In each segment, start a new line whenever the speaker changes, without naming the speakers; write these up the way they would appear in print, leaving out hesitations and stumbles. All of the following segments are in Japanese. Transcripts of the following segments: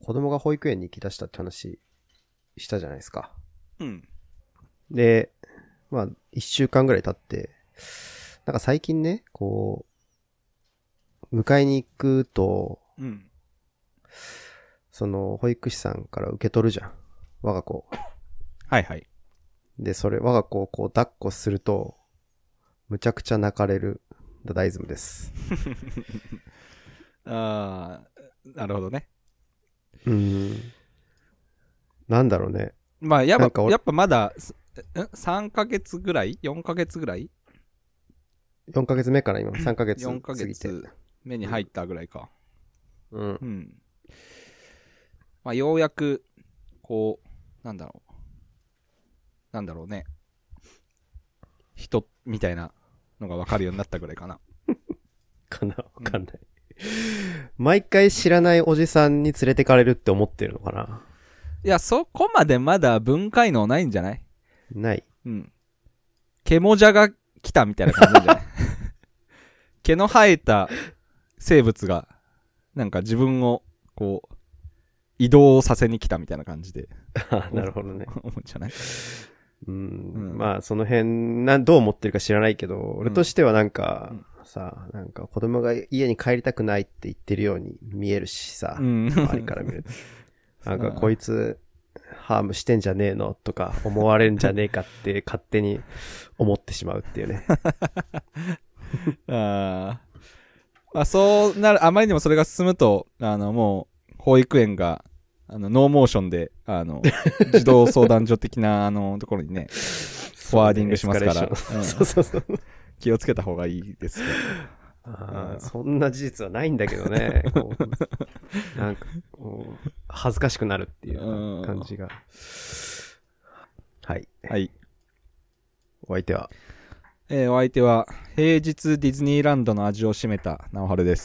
子供が保育園に行き出したって話したじゃないですか。
うん。
で、まあ、一週間ぐらい経って、なんか最近ね、こう、迎えに行くと、
うん。
その、保育士さんから受け取るじゃん。我が子。
はいはい。
で、我が子をこう抱っこすると、むちゃくちゃ泣かれるダダイズムです。
あー、なるほどね。
なんだろうね。
まあ、や
なんか
っぱまだ、3ヶ月ぐらい ?4 ヶ月ぐらい
4ヶ月目から今3ヶ月
4ヶ
過ぎて。
月目に入ったぐらいか。
うん。
うん。まあ、ようやく、こう、なんだろうね。人みたいなのが分かるようになったぐらいかな。
かなわかんない。毎回知らないおじさんに連れてかれるって思ってるのかな。
いや、そこまでまだ分解能ないんじゃない？
ない。
うん。毛もじゃが来たみたいな感じなんじゃない毛の生えた生物が、なんか自分を、こう、移動させに来たみたいな感じで。
なるほどね。
思うんじゃない？
まあ、その辺、どう思ってるか知らないけど、俺としてはなんか、さ、なんか子供が家に帰りたくないって言ってるように見えるしさ、周りから見ると。なんかこいつ、ハームしてんじゃねえのとか思われるんじゃねえかって勝手に思ってしまうっていうね。
まあ、そうなる、あまりにもそれが進むと、もう、保育園が、ノーモーションで、児童相談所的な、ところにね、フォワーディングしますから、
そう。
気をつけた方がいいですけ
ど。そんな事実はないんだけどね。なんか、恥ずかしくなるっていう感じが。はい。
はい。
お相手は
お相手は、平日ディズニーランドの味を占めた直春です。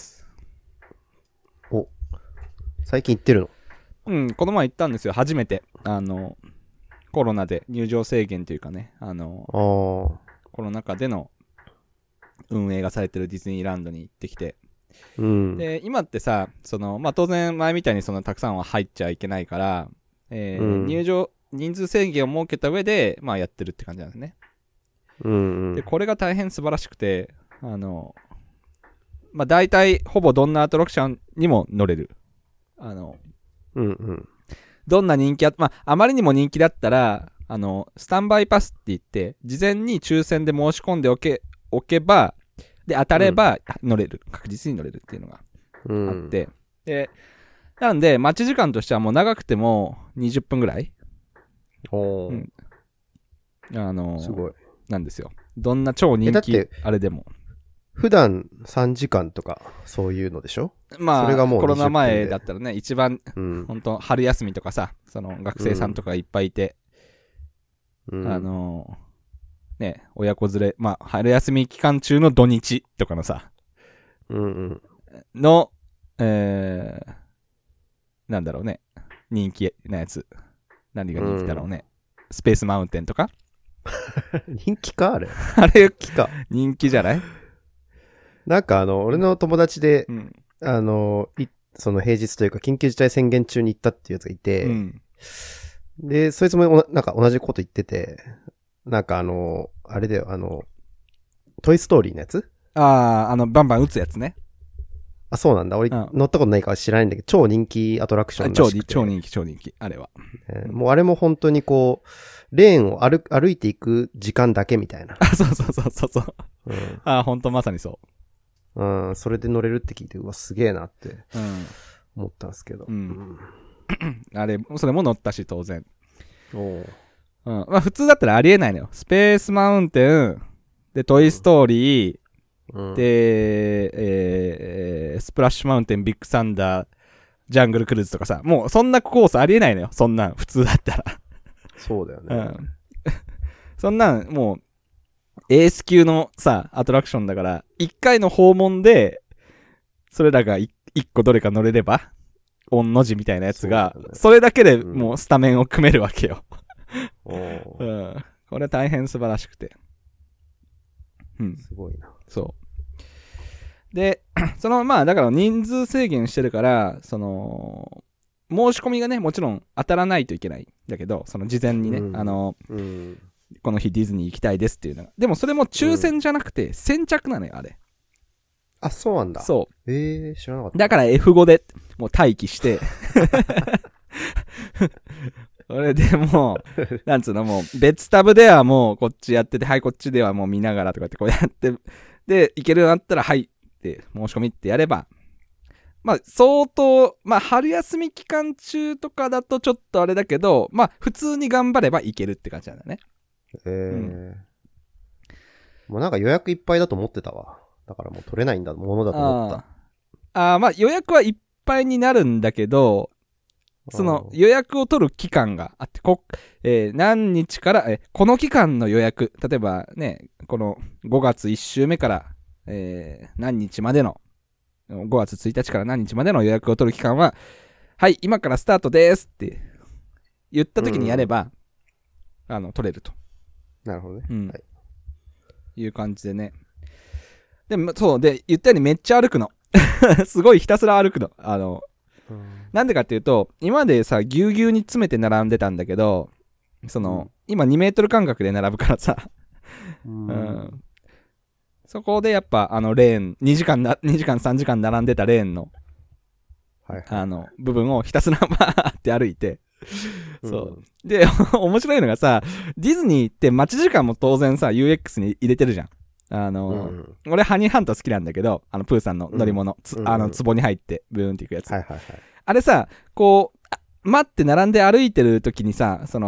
最近行ってるの？
うん、この前行ったんですよ、初めて。コロナで入場制限というかね、コロナ禍での運営がされてるディズニーランドに行ってきて、で今ってさ、まあ、当然前みたいにたくさんは入っちゃいけないから、入場人数制限を設けた上で、まあ、やってるって感じなんですね。でこれが大変素晴らしくて、まあ、大体ほぼどんなアトラクションにも乗れる。どんな人気まあ、あまりにも人気だったら、スタンバイパスって言って、事前に抽選で申し込んでおけば、で、当たれば乗れる。確実に乗れるっていうのがあって。で、なんで、待ち時間としてはもう長くても20分ぐらい。
すごい。
なんですよ。どんな超人気あれでも。
普段3時間とかそういうのでしょ？
まあ、
それがもう
コロナ前だったらね、一番、本当春休みとかさ、学生さんとかがいっぱいいて、ね、親子連れ、まあ、春休み期間中の土日とかのさ、の、なんだろうね、人気なやつ。何が人気だろうね。スペースマウンテンとか
人気かあれ。
あれ、人気じゃない？
なんか俺の友達で、その平日というか緊急事態宣言中に行ったっていうやつがいて、で、そいつもなんか同じこと言ってて、なんかあれだよ、トイストーリーのやつ？
バンバン撃つやつね。
あ、そうなんだ。俺、乗ったことないから知らないんだけど、超人気アトラクションらしくて。
超人気、あれは。
もうあれも本当にこう、レーンを歩いていく時間だけみたいな。
そう。本当まさにそう。
それで乗れるって聞いて、うわ、すげえなって、思ったんですけど。
あれ、それも乗ったし、当然。まあ、普通だったらありえないのよ。スペースマウンテン、で、トイストーリー、で、スプラッシュマウンテン、ビッグサンダー、ジャングルクルーズとかさ、もうそんなコースありえないのよ。そんなん、普通だったら。
そうだよね。
そんなん、もう、エース級のさ、アトラクションだから、一回の訪問で、それらが一個どれか乗れれば、御の字みたいなやつが、それだけでもうスタメンを組めるわけよ。これ大変素晴らしくて。
すごいな。
そう。で、まあ、だから人数制限してるから、 申し込みがね、もちろん当たらないといけないんだけど、その事前にね、この日ディズニー行きたいですっていうのが。でもそれも抽選じゃなくて、先着なのよ、あれ。
あ、そうなんだ。
そう。
知らなかった。
だから F5 でもう待機して、俺でもう、なんつうの、もう別タブではもうこっちやってて、はい、こっちではもう見ながらとかってこうやって、で、行けるようになったら、はい、って申し込みってやれば、まあ相当、まあ春休み期間中とかだとちょっとあれだけど、まあ普通に頑張ればいけるって感じなんだね。
もうなんか予約いっぱいだと思ってたわ。だからもう取れないんだものだと思った。
まあ予約はいっぱいになるんだけど、その予約を取る期間があって、何日から、この期間の予約、例えばね、この5月1週目から、何日までの、5月1日から何日までの予約を取る期間は、はい、今からスタートですって言った時にやれば、取れると。
なるほどね。
はい。いう感じでね。でも、そう、で、言ったようにめっちゃ歩くの。すごいひたすら歩くの。なんでかっていうと、今までさ、ぎゅうぎゅうに詰めて並んでたんだけど、今2メートル間隔で並ぶからさ、そこでやっぱレーン、2時間3時間並んでたレーンの、部分をひたすらバーって歩いて、そう。で、面白いのがさ、ディズニーって待ち時間も当然さ、UX に入れてるじゃん。俺ハニーハント好きなんだけど、プーさんの乗り物、壺に入ってブーンっていくやつ。あれさ、こう、待って並んで歩いてる時にさ、プ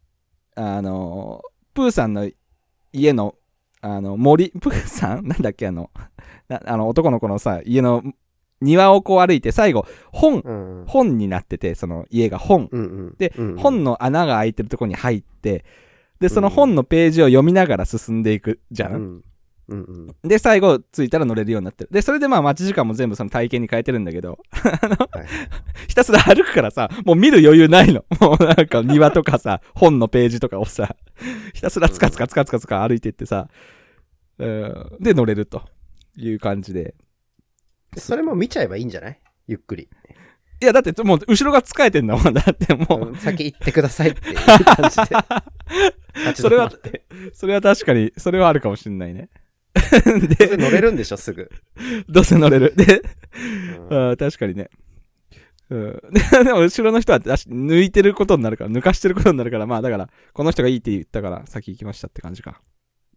ーさんの家の、プーさんなんだっけ男の子のさ、家の庭をこう歩いて、最後、本になってて、その家が本。で、本の穴が開いてるとこに入って、で、その本のページを読みながら進んでいくじゃん。で、最後着いたら乗れるようになってる。で、それでまあ待ち時間も全部その体験に変えてるんだけど、ひたすら歩くからさ、もう見る余裕ないの。もうなんか庭とかさ、本のページとかをさ、ひたすらつかつか歩いていってさ、で乗れるという感じで。
それも見ちゃえばいいんじゃない？ゆっくり。
いや、だってもう後ろが疲れてんだもん。だってもう。
先行ってくださいっていう感じで。
それは確かに、それはあるかもしんないね。
で、どうせ乗れるんでしょ、すぐ。
どうせ乗れる。で、確かにね。でも後ろの人は抜いてることになるから、抜かしてることになるから、まあだから、この人がいいって言ったから先行きましたって感じか。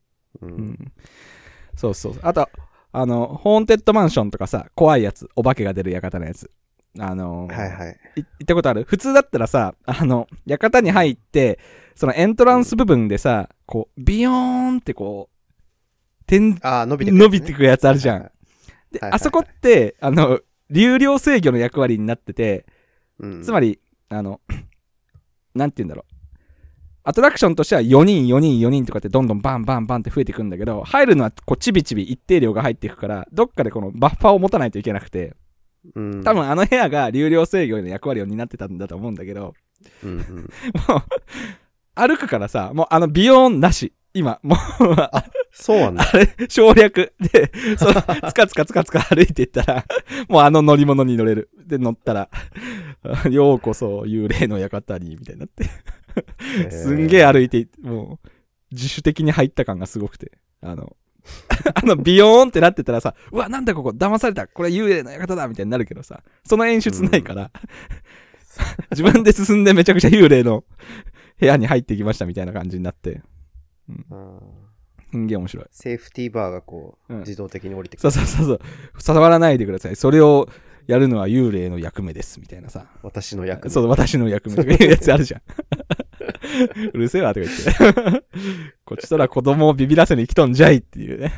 そうそう。あと、ホーンテッドマンションとかさ、怖いやつ、お化けが出る館のやつ。行ったことある？普通だったらさ、館に入って、そのエントランス部分でさ、こう、ビヨーンってこう、伸びてくやつあるじゃん。で、あそこって、流量制御の役割になってて、つまり、なんて言うんだろう。アトラクションとしては4人とかってどんどんバンバンバンって増えていくんだけど、入るのはこうちびちび一定量が入っていくから、どっかでこのバッファーを持たないといけなくて、多分部屋が流量制御の役割を担ってたんだと思うんだけど、もう、歩くからさ、もうビヨーンなし。今、もう
そうなんだ。
あれ、省略で、つかつか歩いていったら、もう乗り物に乗れる。で、乗ったら、ようこそ幽霊の館に、みたいになって。すんげえ歩いて、もう、自主的に入った感がすごくて。ビヨーンってなってたらさ、うわ、なんだここ、騙された。これ幽霊の館だみたいになるけどさ、その演出ないから、自分で進んでめちゃくちゃ幽霊の部屋に入ってきましたみたいな感じになって。すんげえ面白い。
セーフティーバーがこう、自動的に降りてく
る。そう。触らないでください。それをやるのは幽霊の役目です。みたいなさ。
私の役目。
そう、私の役目とかいうやつあるじゃん。うるせえわとか言って。こっちとら子供をビビらせに来とんじゃいっていうね。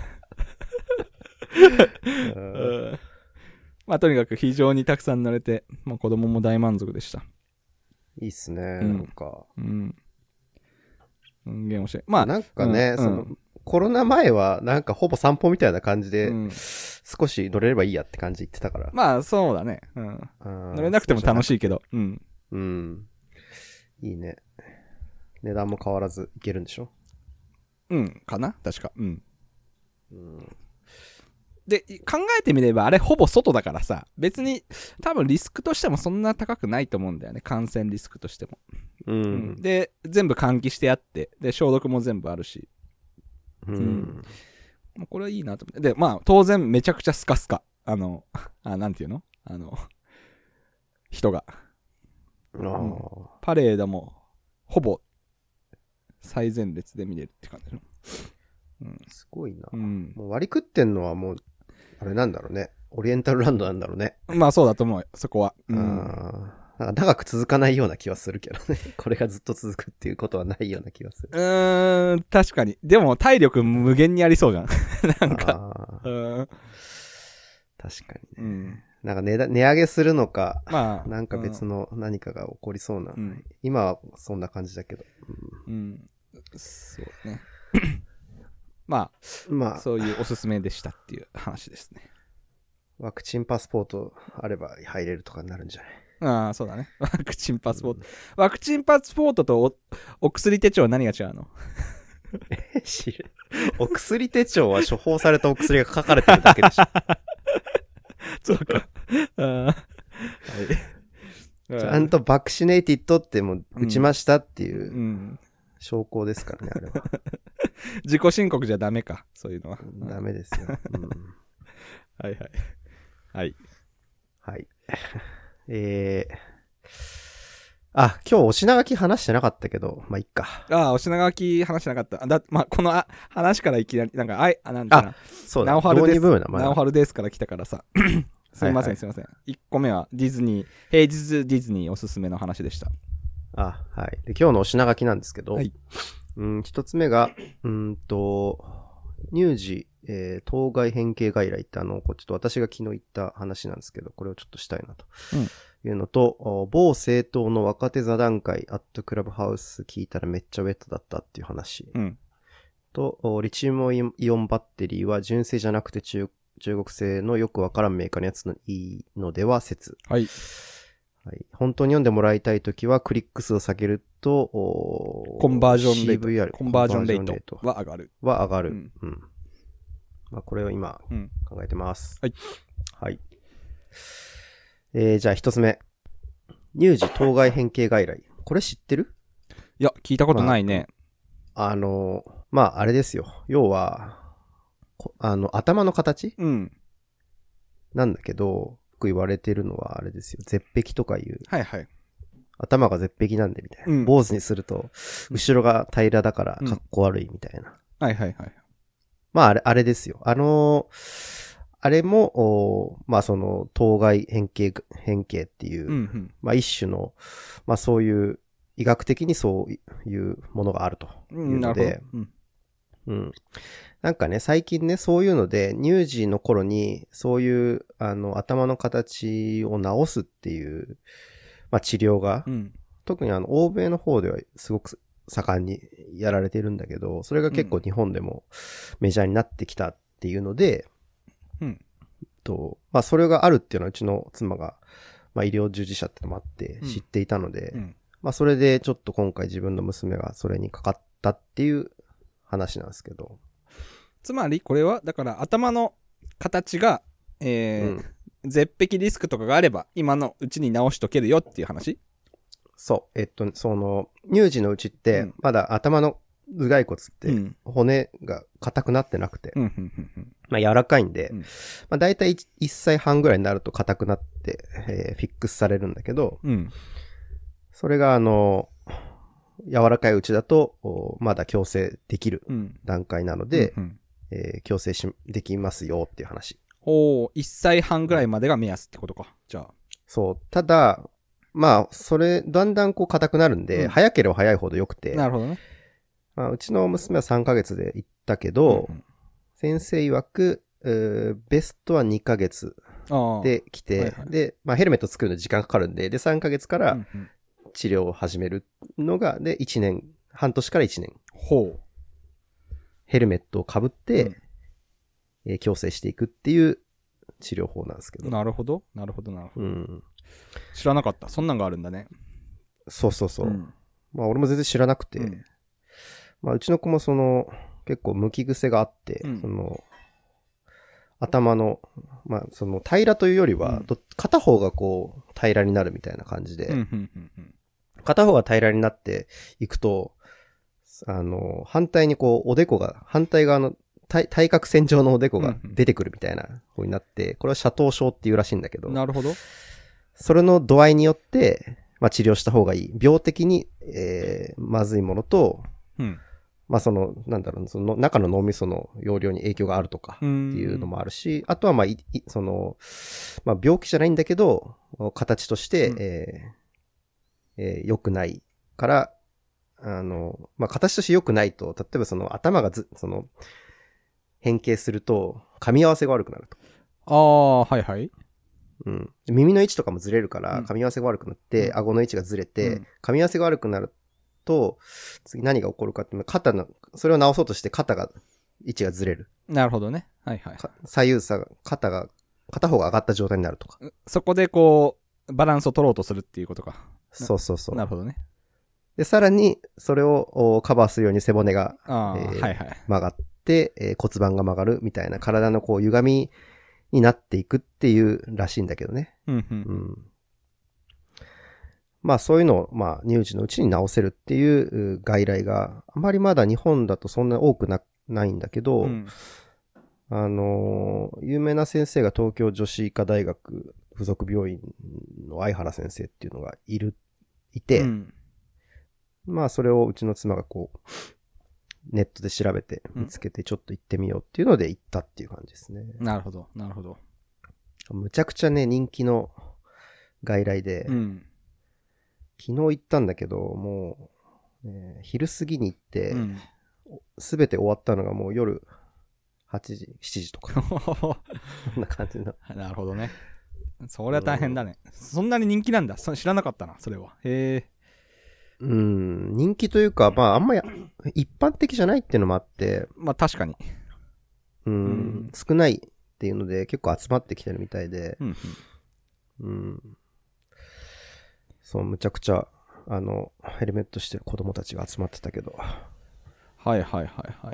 まあとにかく非常にたくさん乗れて、まあ子供も大満足でした。
いいっすね、なんか。
すんげえ面白い。まあ。
なんかね、コロナ前はなんかほぼ散歩みたいな感じで、少し乗れればいいやって感じ言ってたから。
まあそうだね。乗れなくても楽しいけど。
いいね。値段も変わらずいけるんでしょ？
かな確か。 で、考えてみればあれほぼ外だからさ、別に多分リスクとしてもそんな高くないと思うんだよね。感染リスクとしても。
うん。
で、全部換気してあって、で、消毒も全部あるし。これはいいなと思って。で、まあ、当然めちゃくちゃスカスカ。なんていうの人が。パレードも、ほぼ、最前列で見れるって感じの。
すごいな。もう割り食ってんのはもう、あれなんだろうね。オリエンタルランドなんだろうね。
まあそうだと思うよ、そこは。
なんか長く続かないような気はするけどね。これがずっと続くっていうことはないような気がする。
確かに。でも体力無限にありそうじゃん。なんか。
確かにね。なんか値上げするのか、
まあ、
なんか別の何かが起こりそうな。今はそんな感じだけど。
そうね。まあ、そういうおすすめでしたっていう話ですね。
ワクチンパスポートあれば入れるとかになるんじゃない？
ああ、そうだね。ワクチンパスポート。ワクチンパスポートと お薬手帳は何が違うの？
お薬手帳は処方されたお薬が書かれてるだけでしょ。
そうか。はい、
ちゃんとバクシネイティッドってもう打ちましたっていう証拠ですからね、あれは。
自己申告じゃダメか、そういうのは。
ダメですよ。
はいはい。はい。
はい。今日お品書き話してなかったけど、まあ、いっか。
お品書き話してなかった。まあ、この話からいきなり、なんか、なんていうの。
そうだ。
ナオハルです。
ナ
オハルですから来たからさ。すいません、すいません。1個目はディズニー、平日ディズニーおすすめの話でした。
はい。で、今日のお品書きなんですけど、一つ目が、乳児、当該変形外来ってちょっと私が昨日言った話なんですけど、これをちょっとしたいなというのと、某政党の若手座談会アットクラブハウス聞いたらめっちゃウェットだったっていう話。と、リチウムイオンバッテリーは純正じゃなくて中国製のよくわからんメーカーのやつのいいのでは説。はい。本当に読んでもらいたいときはクリック数を下げると、
コンバージョンレートは上がる。
まあ、これを今考えてます。
はい。
じゃあ一つ目。乳児当該変形外来。これ知ってる？
いや、聞いたことないね。
まあ、あれですよ。要は、頭の形？なんだけど、よく言われてるのはあれですよ。絶壁とかいう。
はいはい。
頭が絶壁なんでみたいな。坊主にすると、後ろが平らだからかっこ悪いみたいな。
はいはいはい。
まあ、あれですよ。あれも、まあその、当該変形っていう、まあ一種の、まあそういう、医学的にそういうものがあるというので、なんかね、最近ね、そういうので、乳児の頃に、そういう、頭の形を直すっていう、まあ治療が、特に欧米の方ではすごく盛んにやられているんだけど、それが結構日本でもメジャーになってきたっていうので、まあそれがあるっていうのはうちの妻が、まあ医療従事者ってのもあって知っていたので、まあそれでちょっと今回自分の娘がそれにかかったっていう話なんですけど。
つまりこれはだから頭の形が、絶壁リスクとかがあれば今のうちに直しとけるよっていう話？
そう。その乳児のうちってまだ頭の頭蓋骨って骨が硬くなってなくて、まあ柔らかいんで、まあだいたい1歳半ぐらいになると硬くなって、フィックスされるんだけど、それが柔らかいうちだとまだ矯正できる段階なので、矯正できますよっていう話。
1歳半ぐらいまでが目安ってことか。じゃあ。
そう。ただ、まあだんだんこう硬くなるんで、早ければ早いほど良くて。
なるほどね。
まあ、うちの娘は3ヶ月で行ったけど、先生曰く、ベストは2ヶ月で来て、で、まあヘルメット作るの時間かかるんで、で、3ヶ月から治療を始めるのが、で、半年から1年。ヘルメットを被って、矯正していくっていう治療法なんですけど。
なるほど。知らなかった。そんなんがあるんだね。
そう。まあ俺も全然知らなくて、まあうちの子も結構向き癖があって、 頭の、まあ、その平らというよりは、片方がこう平らになるみたいな感じで、片方が平らになっていくと、反対にこう、おでこが、反対側の対角線上のおでこが出てくるみたいな風になって、これは斜頭症っていうらしいんだけど、
なるほど。
それの度合いによって、まあ治療した方がいい。病的に、まずいものと、まあその、なんだろう、その中の脳みその容量に影響があるとかっていうのもあるし、あとはまあ、その、まあ病気じゃないんだけど、形として、良くないから、まあ形として良くないと、例えばその頭がその、変形すると、噛み合わせが悪くなると。
ああ、はいはい。
うん。耳の位置とかもずれるから、噛み合わせが悪くなって、顎の位置がずれて、噛み合わせが悪くなると、次何が起こるかって、それを直そうとして肩が、位置がずれる。
なるほどね。はいはい。
左右差が、片方が上がった状態になるとか。
そこでこう、バランスを取ろうとするっていうことか。
そうそうそう。
なるほどね。
で、さらに、それをカバーするように背骨が、
はいはい、
曲がって、骨盤が曲がるみたいな体のこう歪みになっていくっていうらしいんだけどね。まあそういうのを、まあ乳児のうちに治せるっていう外来があまりまだ日本だとそんな多くないんだけど、有名な先生が東京女子医科大学附属病院の相原先生っていうのがいて、まあそれをうちの妻がこう、ネットで調べて見つけてちょっと行ってみようっていうので行ったっていう感じですね。
なるほど、なるほど。
むちゃくちゃね、人気の外来で、昨日行ったんだけど、もう、昼過ぎに行って、すべて終わったのがもう夜8時、7時とか。そんな感じの。
なるほどね。それは大変だね。そんなに人気なんだ。知らなかったな、それは。へえ。
人気というか、まああんまり一般的じゃないっていうのもあって。
まあ確かに。
少ないっていうので結構集まってきてるみたいで。そう、むちゃくちゃ、ヘルメットしてる子供たちが集まってたけど。
はいはいはいはい。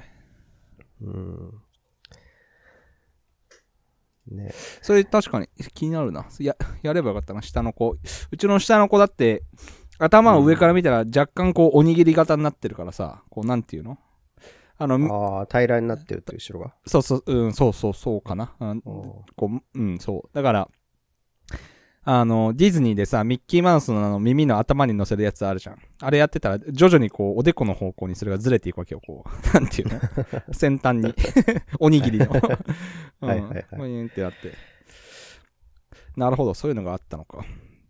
ね。
それ確かに気になるな。やればよかったな、下の子。うちの下の子だって、頭を上から見たら若干こう、おにぎり型になってるからさ、こう、なんていうの
平らになってるっていう後ろが。
そうそう、そうかな。こう、そう。だから、ディズニーでさ、ミッキーマウスの耳の頭に乗せるやつあるじゃん。あれやってたら、徐々にこう、おでこの方向にそれがずれていくわけよ、こう。なんていうの先端に。おにぎりの。
はいはいはい。
ってやって。なるほど、そういうのがあったのか。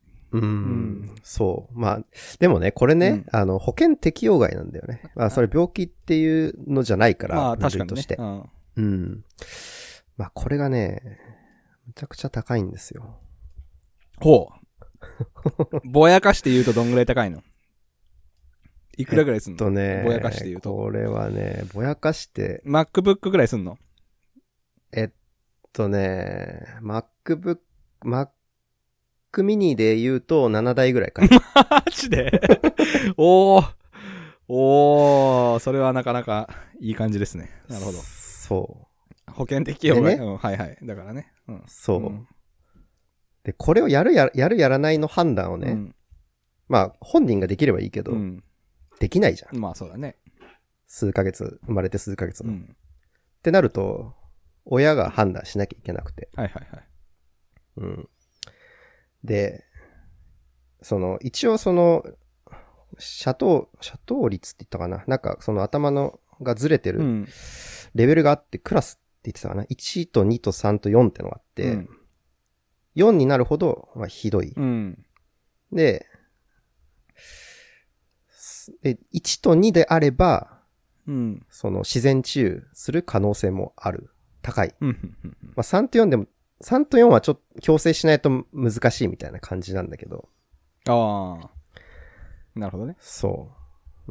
そう。まあ、でもね、これね、保険適用外なんだよね。まあ、それ病気っていうのじゃないから、
まあ、確かに、ね。
として。まあ、これがね、めちゃくちゃ高いんですよ。
ほう。ぼやかして言うとどんぐらい高いの？いくらぐらいすんの？ぼやかして言うと。
これはね、ぼやかして。
MacBook ぐらいすんの
？MacBook、Mac mini で言うと7台ぐらいかな。
マジでおー、それはなかなかいい感じですね。なるほど。
そう。
保険適用がね、はいはい。だからね。
そう。で、これをやるやらないの判断をね、まあ、本人ができればいいけど、できないじゃん。
まあそうだね。
生まれて数ヶ月の。ってなると、親が判断しなきゃいけなくて。
はいはいはい。
で、一応斜頭率って言ったかな、なんか頭がずれてるレベルがあって、クラスって言ってたかな、1と2と3と4ってのがあって、4になるほど、まあ、ひどい。で、1と2であれば、自然治癒する可能性もある。高い。まあ、3と4でも、3と4はちょっと強制しないと難しいみたいな感じなんだけど。
ああ。なるほどね。
そう。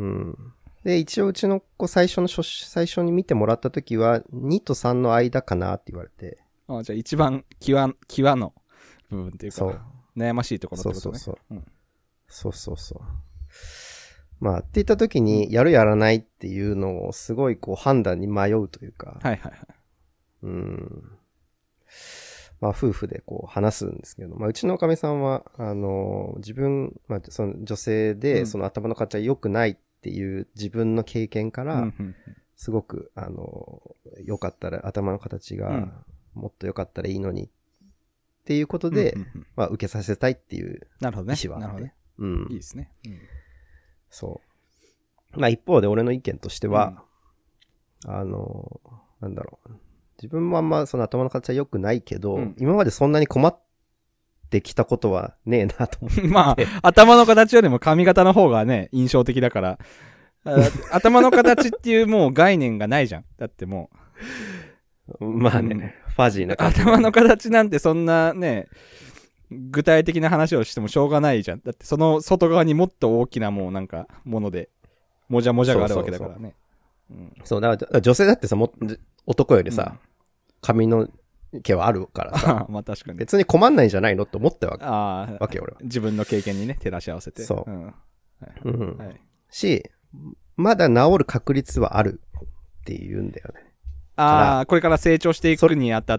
で、一応うちの子最初に見てもらったときは、2と3の間かなって言われて。
ああ、じゃあ一番際の部分っていうか、そう悩ましいところってことね。
そう。まあ、って言ったときに、やるやらないっていうのをすごいこう判断に迷うというか。
はいはいはい。
まあ夫婦でこう話すんですけど、まあうちのおかみさんは、自分、まあその女性でその頭の形は良くないっていう自分の経験から、すごく、良かったら、頭の形がもっと良かったらいいのにっていうことで、まあ受けさせたいっていう意思はあって。
なるほどね。いいですね。
そう。まあ一方で俺の意見としては、なんだろう。自分もあんまその頭の形は良くないけど、今までそんなに困ってきたことはねえなと思って。
まあ、頭の形よりも髪型の方がね、印象的だから、頭の形っていうもう概念がないじゃん。だっても
う。まあね、ファジーな感じ。
頭の形なんてそんなね、具体的な話をしてもしょうがないじゃん。だってその外側にもっと大きなもうなんか、もので、もじゃもじゃがあるわけだからね。
そう、だから女性だってさ、男よりさ、髪の毛はあるからさ、
まあ確かに。
別に困んないんじゃないのって思ったわけよ、俺は。
自分の経験にね、照らし合わせて。
そう。し、まだ治る確率はあるって言うんだよね。
これから成長していくにあたって、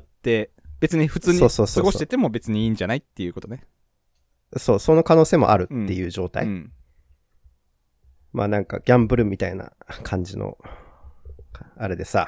別に普通に過ごしてても別にいいんじゃないっていうことね。
そう、その可能性もあるっていう状態。まあなんかギャンブルみたいな感じの、あれでさ。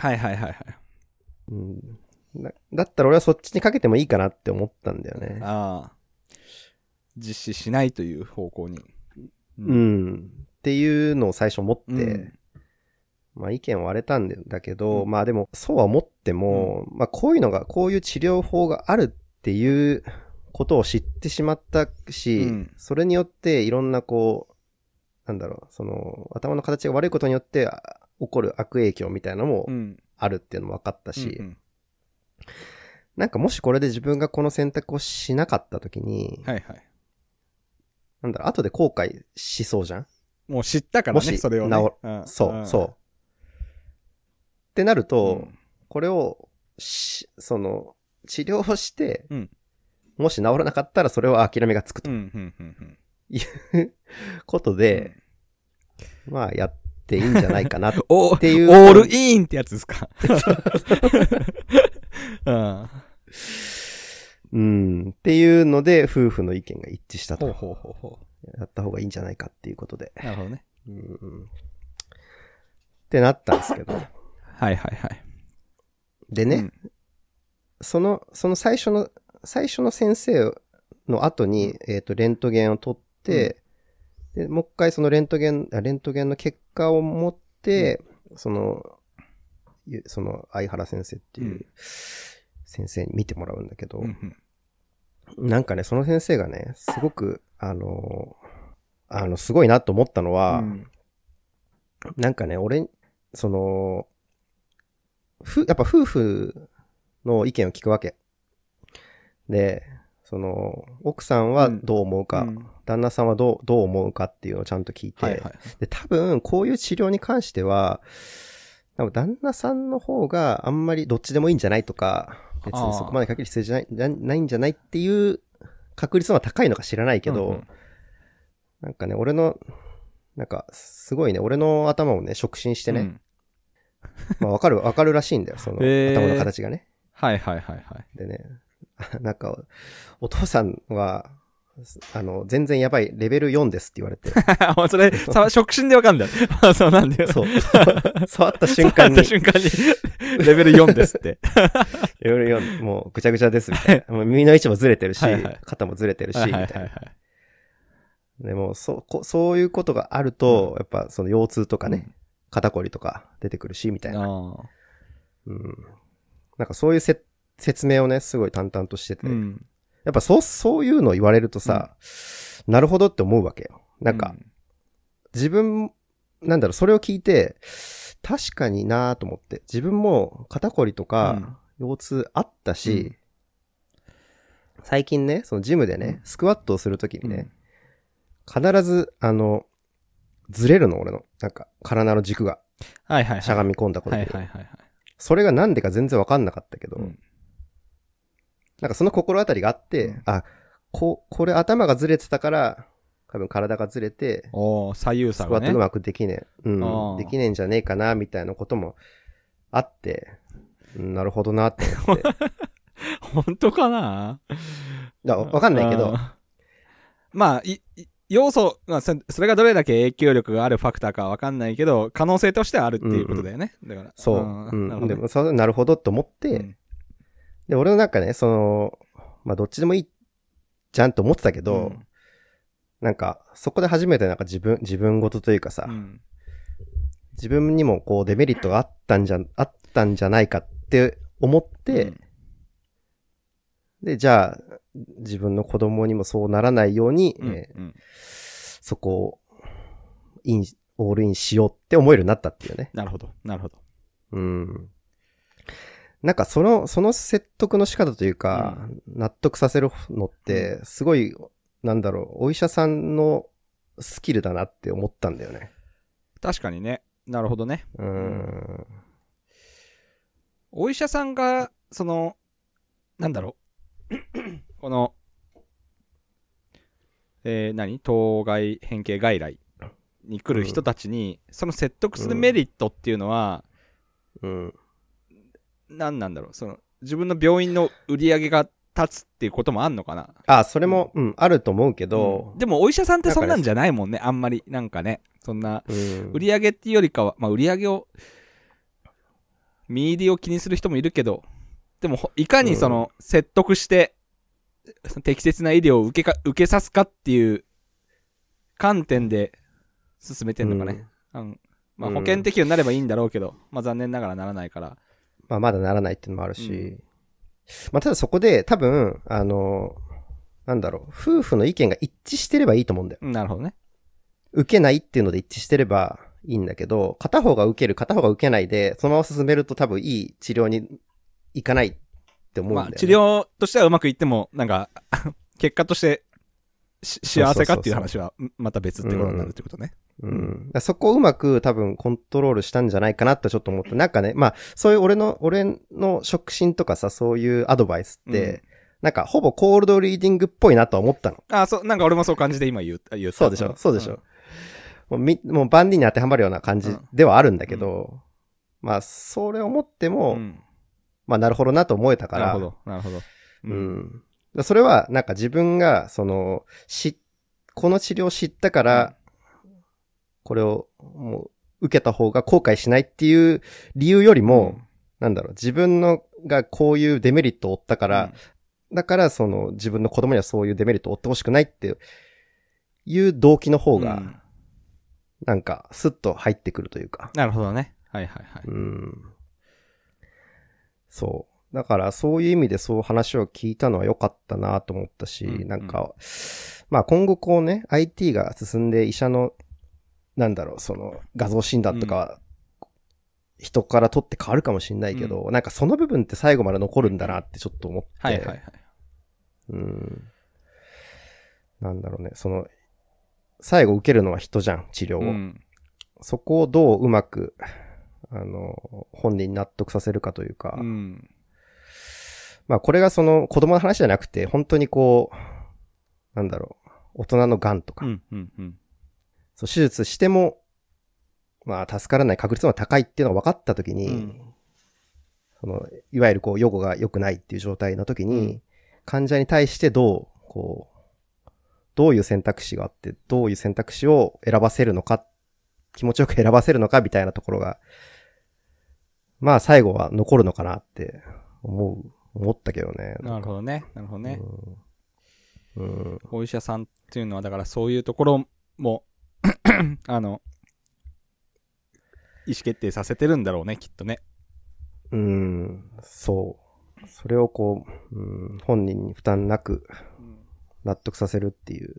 だったら俺はそっちにかけてもいいかなって思ったんだよね。
実施しないという方向に。
っていうのを最初思って、まあ意見割れたんだけど、まあでもそうは思っても、まあこういう治療法があるっていうことを知ってしまったし、それによっていろんなこう、なんだろう、その頭の形が悪いことによって起こる悪影響みたいなのもあるっていうのも分かったし、なんかもしこれで自分がこの選択をしなかった時に、なんだろう、後で後悔しそうじゃん？
もう知ったからね、それをね。
そう。ってなると、これをその治療をして、もし治らなかったらそれは諦めがつくということで、まあやっていいんじゃないかなっていう。
オールインってやつですか。
っていうので夫婦の意見が一致したと。やった方がいいんじゃないかっていうことで。
なるほどね。
ってなったんですけど。でね、その最初の先生の後に、レントゲンを取って、で、もう一回そのレントゲンの結果を持って、その相原先生っていう先生に見てもらうんだけど、なんかね、その先生がね、すごく、すごいなと思ったのは、なんかね、やっぱ夫婦の意見を聞くわけ。で、奥さんはどう思うか、旦那さんはどう思うかっていうのをちゃんと聞いて、で、多分、こういう治療に関しては、多分旦那さんの方があんまりどっちでもいいんじゃないとか、別にそこまでかける必要ないんじゃないっていう確率の方が高いのか知らないけど、なんかね、すごいね、俺の頭をね、触診してね、まあわかるらしいんだよ、その頭の形がね。でね、なんか、お父さんは、全然やばい、レベル4ですって言われて。
それ、触診でわかんだよ。そうなんだよ。
そう。触った瞬間に。
レベル4ですって。
レベル4、もうぐちゃぐちゃですみたいな。もう耳の位置もずれてるし、肩もずれてるし、みたいな。でも、そういうことがあると、やっぱその腰痛とかね、肩こりとか出てくるし、みたいな。なんかそういう説明をね、すごい淡々としてて。やっぱそういうのを言われるとさ、なるほどって思うわけよ。なんか、自分、それを聞いて、確かになぁと思って、自分も肩こりとか、腰痛あったし、最近ね、そのジムでね、スクワットをするときにね、必ず、ずれるの、俺の。なんか、体の軸が。しゃがみ込んだことで。それがなんでか全然わかんなかったけど、なんかその心当たりがあって、これ頭がずれてたから、多分体がずれて、
左右差がね。
スクワットうまくできねえんじゃねえかな、みたいなこともあって、なるほどなって思って。
本当かな？
わかんないけど。
まあ、要素、まあ、それがどれだけ影響力があるファクターかはわかんないけど、可能性としてはあるっていうことだよね。だから。
そう。でも、なるほどと思って、で、俺の中ね、まあ、どっちでもいいじゃんと思ってたけど、なんか、そこで初めてなんか自分事というかさ、自分にもこうデメリットがあったんじゃないかって思って、で、じゃあ、自分の子供にもそうならないように、そこをオールインしようって思えるようになったっていうね。
なるほど。
なんかその説得の仕方というか、納得させるのって、すごい、なんだろう、お医者さんのスキルだなって思ったんだよね。
確かにね。なるほどね。お医者さんが、なんだろう。この、当該変形外来に来る人たちに、その説得するメリットっていうのは、何なんだろう。自分の病院の売り上げが立つっていうこともあんのかな。
それも、あると思うけど、
でもお医者さんってそんなんじゃないもんね。あんまり、なんかね。そんな、売り上げっていうよりかは、まあ売り上げを、見入りを気にする人もいるけど、でも、いかに説得して、適切な医療を受けさすかっていう観点で進めてんのかね。まあ保険適用になればいいんだろうけど、まあ残念ながらならないから。
まあまだならないっていうのもあるし、まあただそこで多分、なんだろう、夫婦の意見が一致してればいいと思うんだよ。
なるほどね。
受けないっていうので一致してればいいんだけど、片方が受ける、片方が受けないで、そのまま進めると多分いい治療にいかないって思うんだよね。
まあ治療としてはうまくいっても、なんか、結果として幸せかっていう話はまた別ってことになるってことね。
そこをうまく多分コントロールしたんじゃないかなってちょっと思って、なんかね、まあ、そういう俺の触診とかさ、そういうアドバイスって、なんかほぼコールドリーディングっぽいなとは思ったの。
なんか俺もそう感じで今言った。
そうでしょ、そうでしょ。もう万人に当てはまるような感じではあるんだけど、まあ、それを思っても、まあ、なるほどなと思えたから。
なるほど。
それは、なんか自分が、この治療を知ったから、これをもう受けた方が後悔しないっていう理由よりも、なんだろう、自分がこういうデメリットを負ったから、だから自分の子供にはそういうデメリットを負ってほしくないっていう動機の方が、なんかスッと入ってくるというか。
なるほどね。はい。
そう。だからそういう意味でそう話を聞いたのは良かったなと思ったし、なんか、まあ今後こうね、IT が進んで医者の、なんだろう、画像診断とか、人から取って変わるかもしれないけど、なんかその部分って最後まで残るんだなってちょっと思って。なんだろうね、最後受けるのは人じゃん、治療を。そこをどううまく、本人に納得させるかというか、まあこれが子供の話じゃなくて、本当にこう、なんだろう、大人の癌とか、手術しても、まあ助からない確率が高いっていうのが分かったときに、いわゆるこう予後が良くないっていう状態のときに、患者に対してどういう選択肢があって、どういう選択肢を選ばせるのか、気持ちよく選ばせるのかみたいなところが、まあ最後は残るのかなって思ったけどね。
なるほどね。お医者さんっていうのはだからそういうところも意思決定させてるんだろうね、きっとね。
そう。それをこう、本人に負担なく納得させるっていう、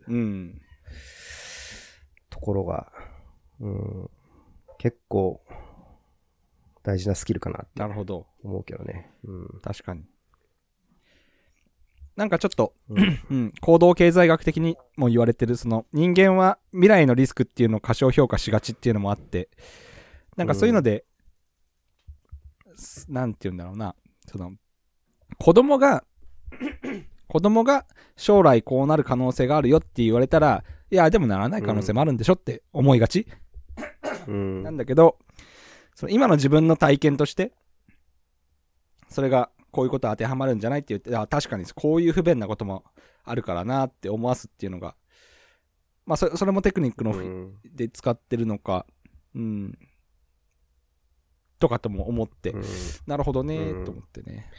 ところが、結構大事なスキルかなって思うけどね。
確かに。なんかちょっと、行動経済学的にも言われてる人間は未来のリスクっていうのを過小評価しがちっていうのもあって、なんかそういうので、なんて言うんだろうな、子供が将来こうなる可能性があるよって言われたら、いやでもならない可能性もあるんでしょって思いがち、なんだけど、今の自分の体験としてそれがこういうこと当てはまるんじゃないって言って、確かにこういう不便なこともあるからなって思わすっていうのが、まあそれもテクニックので使ってるのか、とかとも思って、なるほどねと思ってね。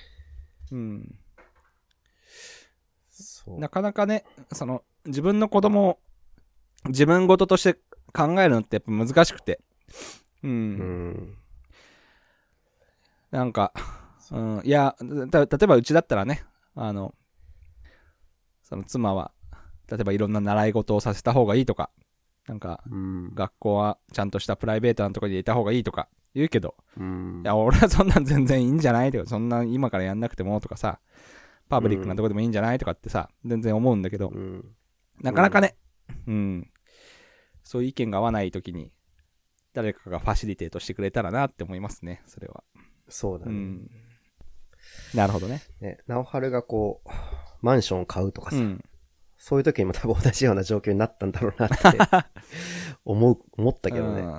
なかなかね、その自分の子供を自分事として考えるのってやっぱ難しくて、なんか、いや、例えばうちだったらね、その妻は例えばいろんな習い事をさせた方がいいとか、なんか、学校はちゃんとしたプライベートなところにいた方がいいとか言うけど、いや俺はそんなん全然いいんじゃないとか、そんな今からやんなくてもとかさ、パブリックなとこでもいいんじゃないとかってさ、全然思うんだけど、なかなかね、そういう意見が合わないときに誰かがファシリテートしてくれたらなって思いますね、それは。
そうだね。
なるほどね。
直春がこうマンションを買うとかさ、そういう時にも多分同じような状況になったんだろうなって思ったけどね。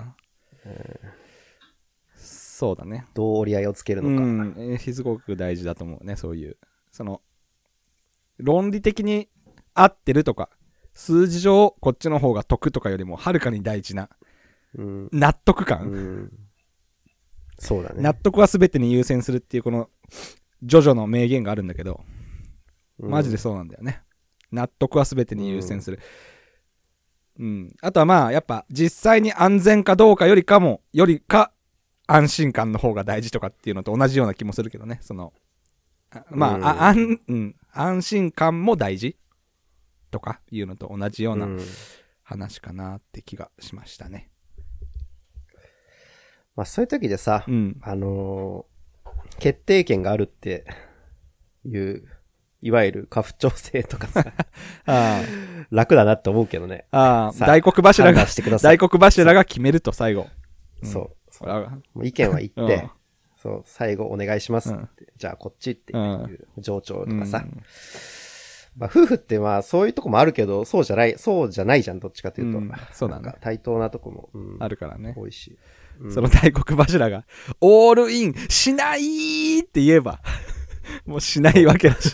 そうだね。
どう折り合いをつけるのか。
すごく大事だと思うね、そういう。その、論理的に合ってるとか、数字上こっちの方が得とかよりもはるかに大事な、納得感、
そうだね。
納得は全てに優先するっていうこの、ジョジョの名言があるんだけど、マジでそうなんだよね。納得は全てに優先する。あとはまあ、やっぱ実際に安全かどうかよりか安心感の方が大事とかっていうのと同じような気もするけどね。その、まあ、安心感も大事とかいうのと同じような話かなって気がしましたね。
まあそういう時でさ、決定権があるっていう、いわゆる家父長制とかさ、楽だなって思うけどね。
大黒柱が決めると最後。
意見は言って、最後お願いしますって、じゃあこっちっていう上長とかさ。まあ夫婦ってまあそういうとこもあるけど、そうじゃないじゃん、どっちかというと。
そうだね。
対等なとこも、
あるからね。
多いし。
その大黒柱が、オールインしないって言えば、もうしないわけだし。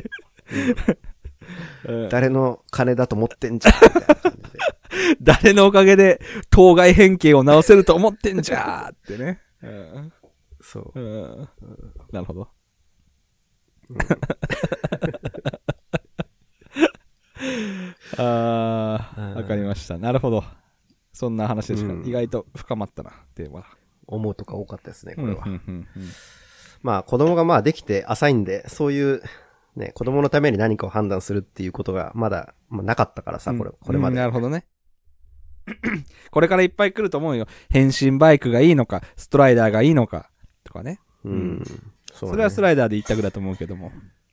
誰の金だと思ってんじゃんみたいな感じで。
誰のおかげで当該変形を直せると思ってんじゃーってね。
そう。
なるほど。わかりました。なるほど。そんな話でした。意外と深まったな、テーマ。
思うとか多かったですね、これは。まあ子供がまあできて浅いんで、そういうね、子供のために何かを判断するっていうことがまだなかったからさ、これまで。
なるほどね。これからいっぱい来ると思うよ。変身バイクがいいのか、ストライダーがいいのか、とかね。それはスライダーで一択だと思うけども。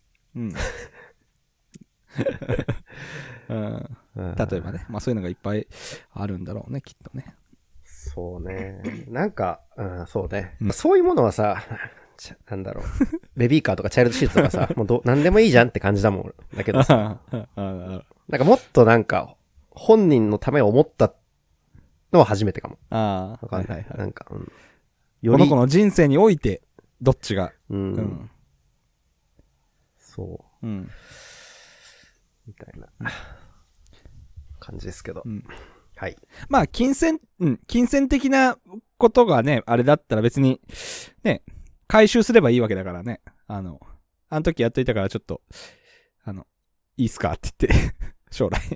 例えばね。まあそういうのがいっぱいあるんだろうね、きっとね。
そうね。なんか、そうね。そういうものはさ、なんだろう。ベビーカーとかチャイルドシートとかさ、もうなんでもいいじゃんって感じだもん。だけどさ。なんかもっとなんか、本人のためを思ったのは初めてかも。わかんない。なんか、
この子の人生において、どっちが。
そう。みたいな感じですけど。はい。
まあ、金銭的なことがね、あれだったら別に、ね、回収すればいいわけだからね。あの時やっといたからちょっと、いいっすかって言って、将来。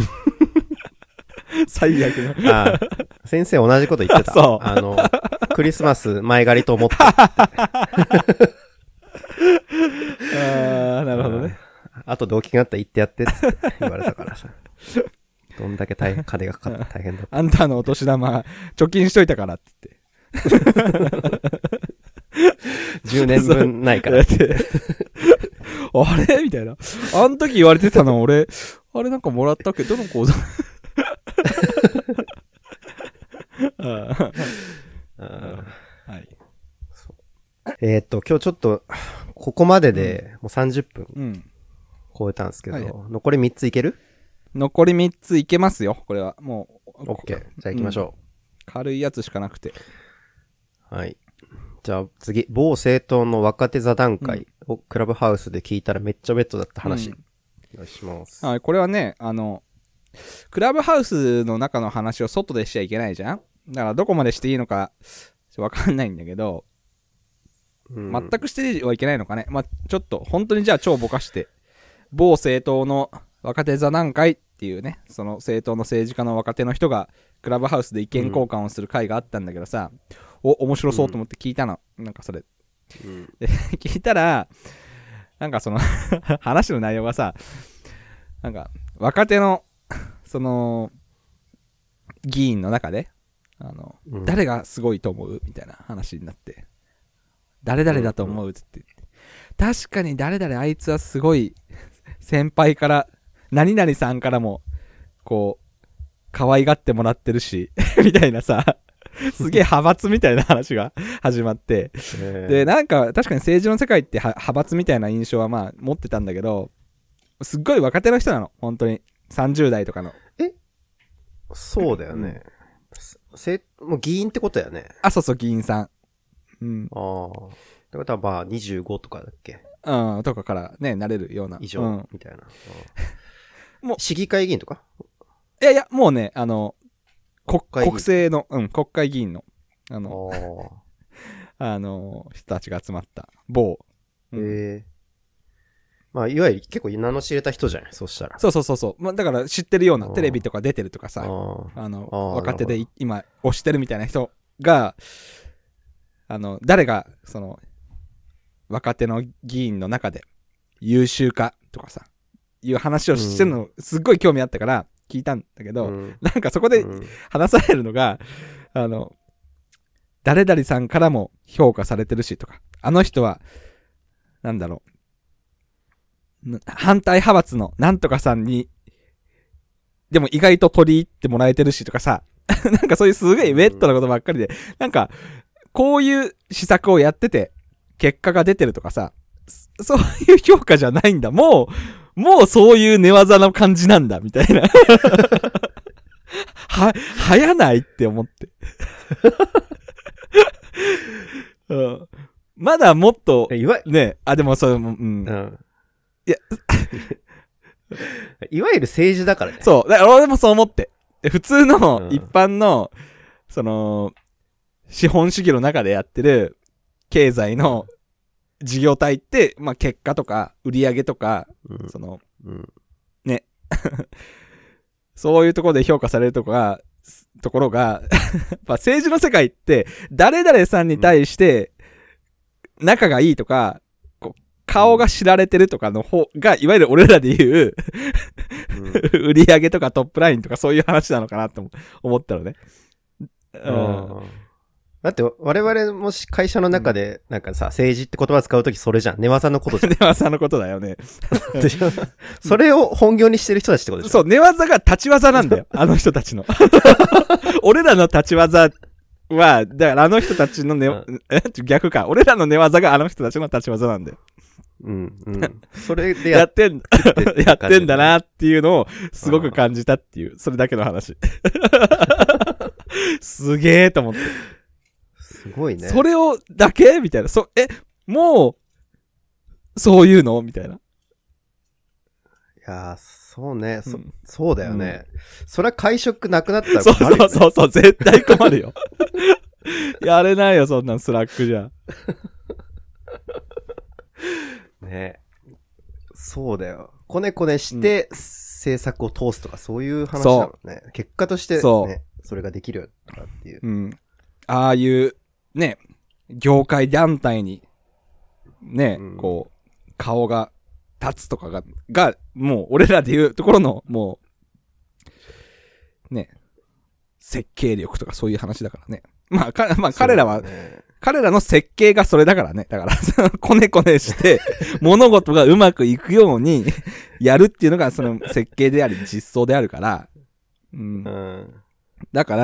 最悪の。
先生同じこと言ってた。
そう。
クリスマス前借りと思って。
なるほどね。
後で大きくなったら言ってやってって言われたからさ。どんだけ金がかかって大変だった。
あんたのお年玉、貯金しといたからって言って。
10年分ないからって。
あれみたいな。あの時言われてたの俺、あれなんかもらったっけどの口座はい。
今日ちょっと、ここまででもう30分超えたんですけど、残り3ついける？
残り3ついけますよ、これは。もう。
OK。じゃあ行きましょう。
軽いやつしかなくて。
はい。 じゃあ次、某政党の若手座談会をクラブハウスで聞いたらめっちゃベッドだった話。お願いします。
これはね、クラブハウスの中の話を外でしちゃいけないじゃん。だからどこまでしていいのかわかんないんだけど、全くしてはいけないのかね。まあ、ちょっと本当にじゃあ超ぼかして、某政党の若手座談会っていうね、その政党の政治家の若手の人がクラブハウスで意見交換をする会があったんだけどさ、面白そうと思って聞いたの。なんかそれ。で聞いたら、なんかその話の内容がさ、なんか若手のその議員の中で誰がすごいと思うみたいな話になって、誰々だと思うって言って、確かに誰々あいつはすごい先輩から何々さんからもこう可愛がってもらってるしみたいなさ、すげえ派閥みたいな話が始まって、でなんか確かに政治の世界って派閥みたいな印象はまあ持ってたんだけど、すっごい若手の人なの、本当に30代とかの。
そうだよね。もう議員ってことだよね。
あ、そうそう、議員さん。
ああ。ってことはまあ25とかだっけ。
とかからね、なれるような。
以上、みたいな。もう、市議会議員とか？
いやいや、もうね、国政の、国会議員の、人たちが集まった某。
まあ、いわゆる結構名の知れた人じゃない、そうしたら。
そう。まあ、だから知ってるような、テレビとか出てるとかさ、若手で今推してるみたいな人が、誰が、その、若手の議員の中で優秀かとかさ、いう話をしてるの、すっごい興味あったから聞いたんだけど、なんかそこで話されるのが、誰々さんからも評価されてるしとか、あの人は、なんだろう、反対派閥のなんとかさんに、でも意外と取り入ってもらえてるしとかさ、なんかそういうすごいウェットなことばっかりで、なんか、こういう施策をやってて、結果が出てるとかさ、そういう評価じゃないんだ。もうそういう寝技の感じなんだ、みたいな。はやないって思って。まだもっと、ね、でもそれも、いや、
いわゆる政治だからね。
そう。だから俺もそう思って。普通の一般の、その、資本主義の中でやってる経済の事業体って、まあ結果とか売り上げとか、その、ね。そういうところで評価されるところが、政治の世界って、誰々さんに対して仲がいいとか、顔が知られてるとかの方が、いわゆる俺らで言う売り上げとかトップラインとかそういう話なのかなと思ったのね。
だって我々もし会社の中でなんかさ、政治って言葉使うときそれじゃん。寝技のことじゃん。
寝技のことだよね。
それを本業にしてる人たちってことでしょ。
そう、寝技が立ち技なんだよ。あの人たちの。俺らの立ち技は、だからあの人たちの逆か。俺らの寝技があの人たちの立ち技なんだよ。
それで
やってんだなっていうのをすごく感じたっていう、それだけの話。すげーと思って。
すごいね。
それをだけみたいな。もう、そういうのみたいな。い
やー、そうね。そうだよね。それは会食なくなったら困るよね。
そう、絶対困るよ。やれないよ、そんなんスラックじゃ。
ね。そうだよ。こねこねして政策を通すとかそういう話だもんね。結果としてね、それができるとかっていう。
ああいうね、業界団体にね、こう顔が立つとかがもう俺らでいうところのもうね、設計力とかそういう話だからね。まあ彼らは、彼らの設計がそれだからね。だから、こねこねして、物事がうまくいくようにやるっていうのがその設計であり実装であるから。だから、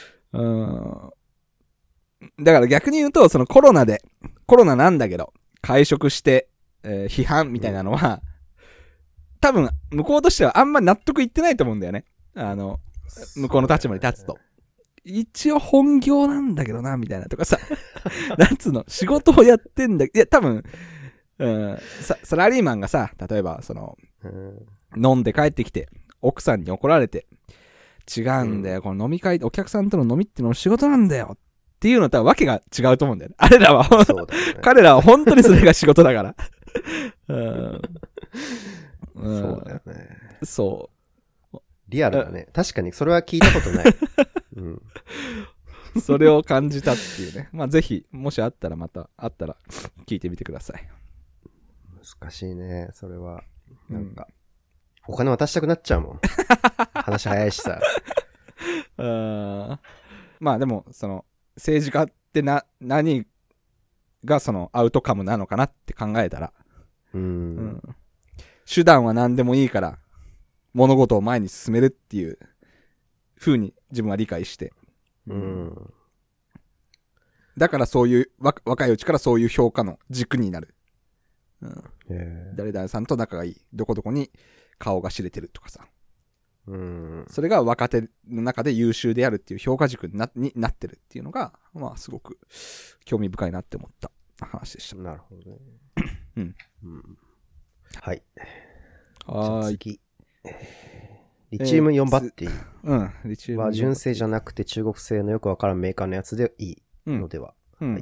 だから逆に言うと、そのコロナなんだけど、会食して、批判みたいなのは、多分、向こうとしてはあんま納得いってないと思うんだよね。向こうの立場に立つと。 一応本業なんだけどな、みたいなとかさ、なんつうの、仕事をやってんだ、いや、多分、サラリーマンがさ、例えば、飲んで帰ってきて、奥さんに怒られて、違うんだよ、この飲み会、お客さんとの飲みってのも仕事なんだよっていうのとはわけが違うと思うんだよね。あれらは、ね、彼らは本当にそれが仕事だから。
そうだよね。
そう。
リアルだね。確かにそれは聞いたことない。
それを感じたっていうね。まあぜひ、もしあったら聞いてみてください。
難しいね、それは。なんか、お金渡したくなっちゃうもん。話早いしさ。
まあでも、政治家って何がそのアウトカムなのかなって考えたら、手段は何でもいいから物事を前に進めるっていう風に自分は理解して、だからそういう若いうちからそういう評価の軸になる、誰々さんと仲がいい、どこどこに顔が知れてるとかさ、それが若手の中で優秀であるっていう評価軸になってるっていうのが、まあすごく興味深いなって思った話でした。
なるほどね。はい。次。リチウムイオンバッテリー。リチウムは純正じゃなくて中国製のよくわからんメーカーのやつでいいのでは。はい。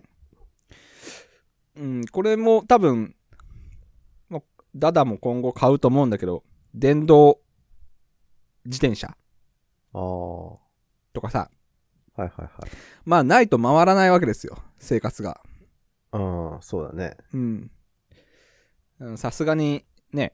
これも多分、ダダも今後買うと思うんだけど、電動自転車とかさ、まあないと回らないわけですよ、生活が。
そうだね。
さすがにね、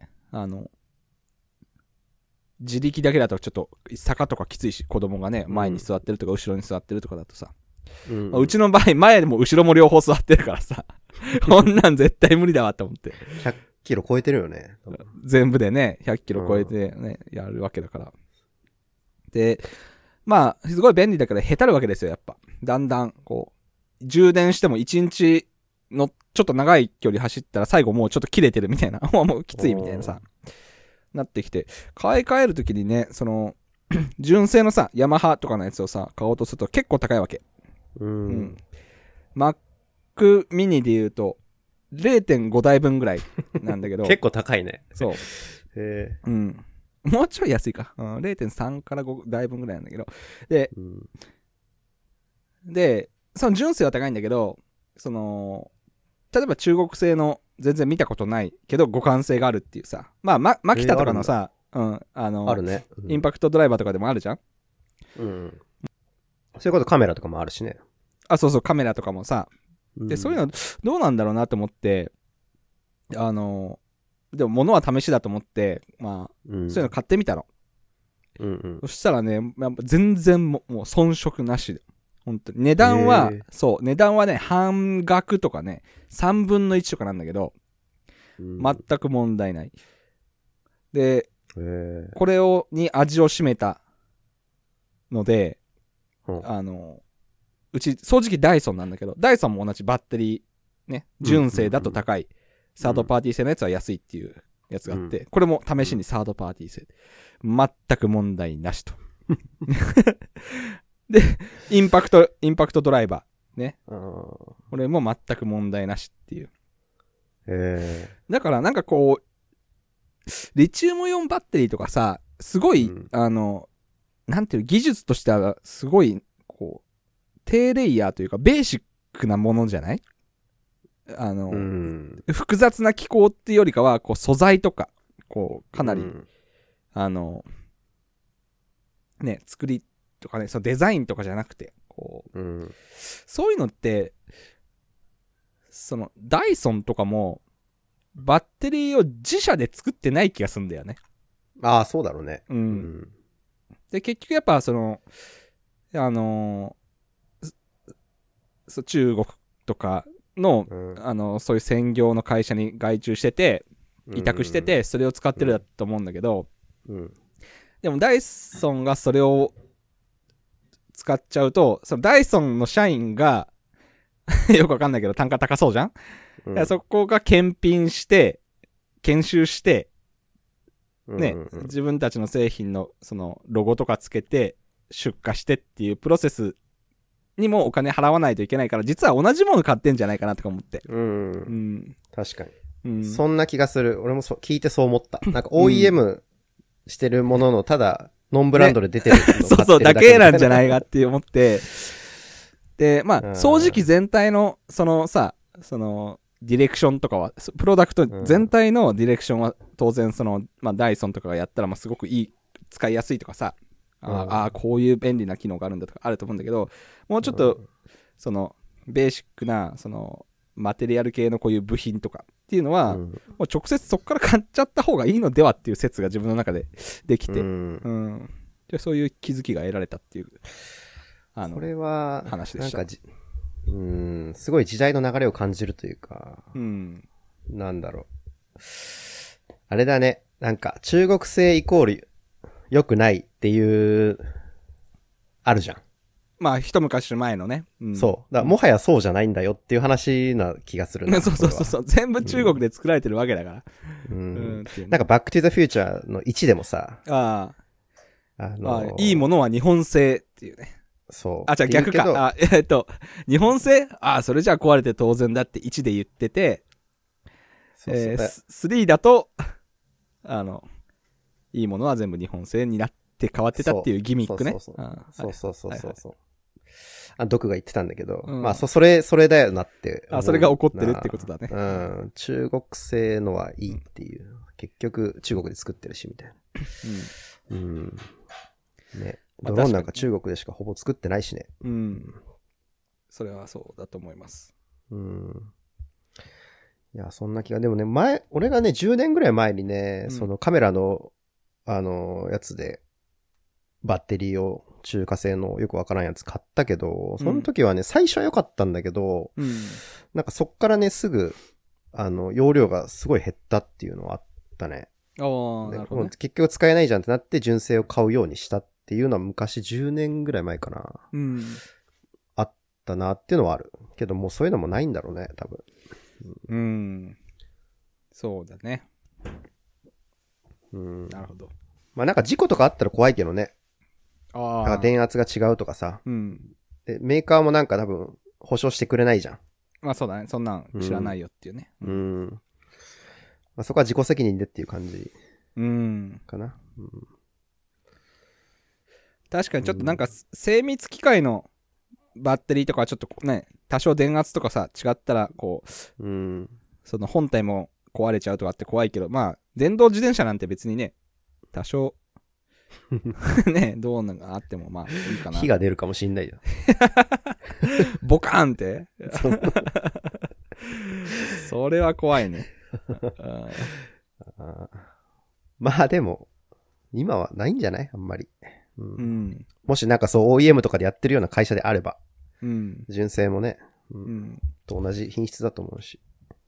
自力だけだとちょっと坂とかきついし、子供がね、前に座ってるとか後ろに座ってるとかだとさ、うちの場合前でも後ろも両方座ってるからさ、こんなん絶対無理だわと思って。
100キロ超えてるよね。
全部でね、100キロ超えてね、やるわけだから。で、まあ、すごい便利だからへたるわけですよ、やっぱ。だんだん、こう、充電しても1日のちょっと長い距離走ったら最後もうちょっと切れてるみたいな、もうきついみたいなさ、なってきて、買い替えるときにね、純正のさ、ヤマハとかのやつをさ、買おうとすると結構高いわけ。Mac mini で言うと、0.5 台分ぐらいなんだけど。
結構高いね。
そう。もうちょい安いか。0.3 から5台分ぐらいなんだけど。で、その純正は高いんだけど、例えば中国製の全然見たことないけど互換性があるっていうさ。まあ、マキタとかのさ、
あるね。
インパクトドライバーとかでもあるじゃん。
そういうことカメラとかもあるしね。
そうそう、カメラとかもさ。で、そういうのどうなんだろうなと思って、でも物は試しだと思って、まあ、そういうの買ってみたの。そしたらね、全然もう遜色なしで。本当に。値段はね、半額とかね、3分の1とかなんだけど、全く問題ない。で、これに味を占めたので、うち、掃除機ダイソンなんだけど、ダイソンも同じバッテリー、ね、純正だと高い、サードパーティー製のやつは安いっていうやつがあって、これも試しにサードパーティー製。全く問題なしと。で、インパクトドライバー。ね。これも全く問題なしっていう。だからなんかこう、リチウムイオンバッテリーとかさ、すごい、なんていう技術としてはすごい、こう、低レイヤーというかベーシックなものじゃない？複雑な機構っていうよりかは、こう素材とか、こう、かなり、ね、作りとかね、そのデザインとかじゃなくて、こう、そういうのって、ダイソンとかも、バッテリーを自社で作ってない気がするんだよね。
そうだろうね。
で、結局やっぱ中国とかの、そういう専業の会社に外注してて、委託してて、それを使ってるだと思うんだけど、でもダイソンがそれを使っちゃうと、そのダイソンの社員がよくわかんないけど単価高そうじゃん、そこが検品して、研修して、ね、自分たちの製品のそのロゴとかつけて出荷してっていうプロセスにもお金払わないといけないから、実は同じもの買ってんじゃないかなとか思って。
確かに。そんな気がする。俺も聞いてそう思った。なんか OEM してるものの、ただ、ノンブランドで出てるのを買ってるだけ、
そう、だけなんじゃないかって思って。で、まあ、掃除機全体の、ディレクションとかは、プロダクト全体のディレクションは当然ダイソンとかがやったら、すごくいい、使いやすいとかさ、こういう便利な機能があるんだとかあると思うんだけど、もうちょっと、ベーシックな、マテリアル系のこういう部品とかっていうのは、もう直接そこから買っちゃった方がいいのではっていう説が自分の中でできて、でそういう気づきが得られたっていう、
これは、
話でした。
なんかすごい時代の流れを感じるというか、なんだろう。あれだね、なんか中国製イコール良くないっていう、あるじゃん。
まあ、一昔前のね。
そう。だからもはやそうじゃないんだよっていう話な気がするな。
そう。全部中国で作られてるわけだから。
なんかバックトゥザフューチャーの1でもさ。
いいものは日本製っていうね。
そう。
じゃあ逆か。日本製それじゃあ壊れて当然だって1で言ってて、3だと、いいものは全部日本製になって変わってたっていうギミックね。
そう。毒が言ってたんだけど、まあそれだよなって
それが起こってるってことだね。
中国製のはいいっていう。結局中国で作ってるしみたいな。ね。ドローンなんか中国でしかほぼ作ってないしね。
それはそうだと思います。
いや、そんな気が、でもね、俺がね、10年ぐらい前にね、そのカメラの、やつで、バッテリーを中華製のよくわからんやつ買ったけど、その時はね、最初は良かったんだけど、なんかそっからね、すぐ、容量がすごい減ったっていうのはあったね。
なるほどね。
結局使えないじゃんってなって純正を買うようにしたっていうのは昔10年ぐらい前かな。あったなっていうのはある。けどもうそういうのもないんだろうね、多分。
そうだね。なるほど。
まあなんか事故とかあったら怖いけどね。なんか電圧が違うとかさ。でメーカーもなんか多分保証してくれないじゃん。
まあそうだね。そんなん知らないよっていうね。
まあ、そこは自己責任でっていう感じかな。
確かにちょっとなんか精密機械のバッテリーとかはちょっとね、多少電圧とかさ違ったらこう、その本体も壊れちゃうとかって怖いけど、まあ電動自転車なんて別にね、多少ね、どうなんがあってもまあいいかな。
火が出るかもしんないよ。
ボカーンってそれは怖いね。
まあでも今はないんじゃないあんまり、もしなんかそう OEM とかでやってるような会社であれば、純正もね、と同じ品質だと思うし、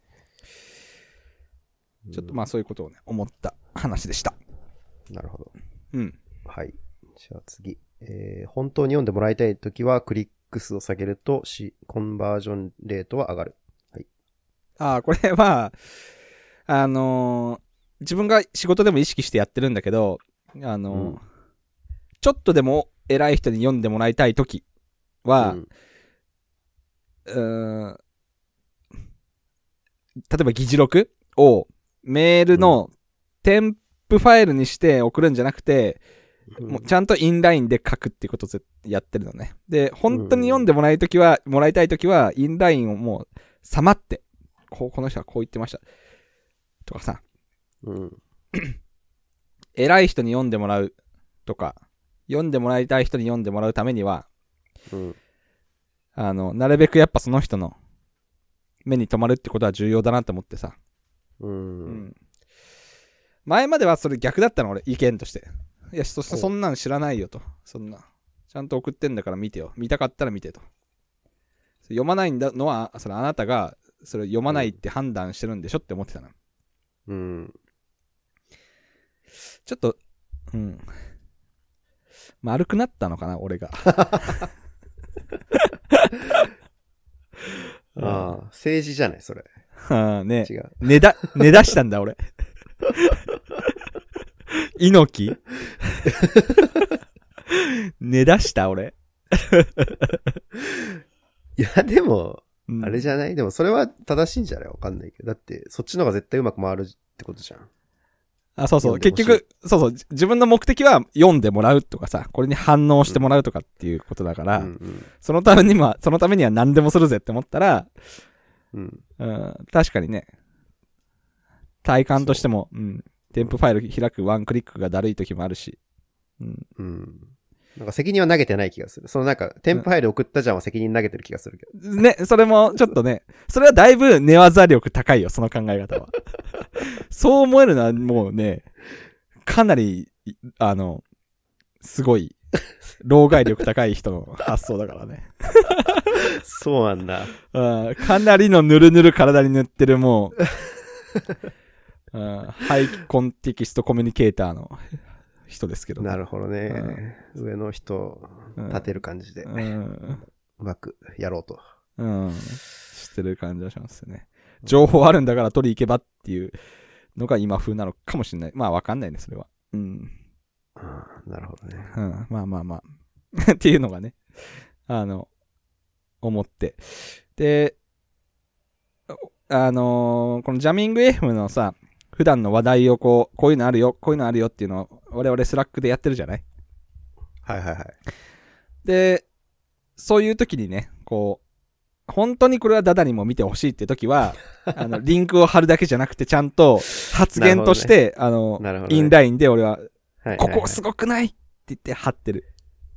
ちょっとまあそういうことをね思った話でした。
なるほど。
はい。
じゃあ次、本当に読んでもらいたいときはクリック数を下げるとコンバージョンレートは上がる。はい。
これは自分が仕事でも意識してやってるんだけど、ちょっとでも偉い人に読んでもらいたいときは、例えば議事録をメールの添付ファイルにして送るんじゃなくて、もうちゃんとインラインで書くっていうことをやってるのね。で、本当に読んでもらいたいときは、インラインをもう、さまって、この人はこう言ってました。とかさ、偉い人に読んでもらうとか、読んでもらいたい人に読んでもらうためには、なるべくやっぱその人の目に留まるってことは重要だなと思ってさ。前まではそれ逆だったの、俺、意見として。いや、そんなん知らないよと。そんな。ちゃんと送ってんだから見てよ。見たかったら見てと。読まないんだのは、それあなたが、それ読まないって判断してるんでしょって思ってたの。ちょっと、丸くなったのかな、俺が。
政治じゃない、それ。
ね。
違う。
寝出したんだ、俺。猪木寝出した、俺。
いや、でも、
うん、
あれじゃない？でもそれは正しいんじゃない？わかんないけど。だって、そっちの方が絶対うまく回るってことじゃん。
あ、そうそう。結局、そうそう。自分の目的は読んでもらうとかさ、これに反応してもらうとかっていうことだから、
うんうん、
そのためには何でもするぜって思ったら、
うん、
確かにね、体感としても、うん、添付ファイル開くワンクリックがだるい時もあるし、うん。
うん。なんか責任は投げてない気がする。そのなんか、添付ファイル送ったじゃんは責任投げてる気がするけど。
ね、それもちょっとね、それはだいぶ寝技力高いよ、その考え方は。そう思えるのはもうね、かなり、すごい、老害力高い人の発想だからね。
そうなんだ。
かなりのぬるぬる体に塗ってるもう、ハイコンテキストコミュニケーターの人ですけど、
ね。なるほどね。上の人を立てる感じで、うまくやろうと。
してる感じはしますね。情報あるんだから取り行けばっていうのが今風なのかもしれない。まあわかんないね、それは。うん。
なるほどね。
まあまあまあ。っていうのがね、思って。で、このジャミング FM のさ、普段の話題をこういうのあるよ、こういうのあるよっていうのを我々スラックでやってるじゃない？
はいはいはい。
で、そういう時にね、こう、本当にこれはダダにも見てほしいって時は、リンクを貼るだけじゃなくて、ちゃんと発言として、ね、インラインで俺は、ここすごくないって言って貼ってる。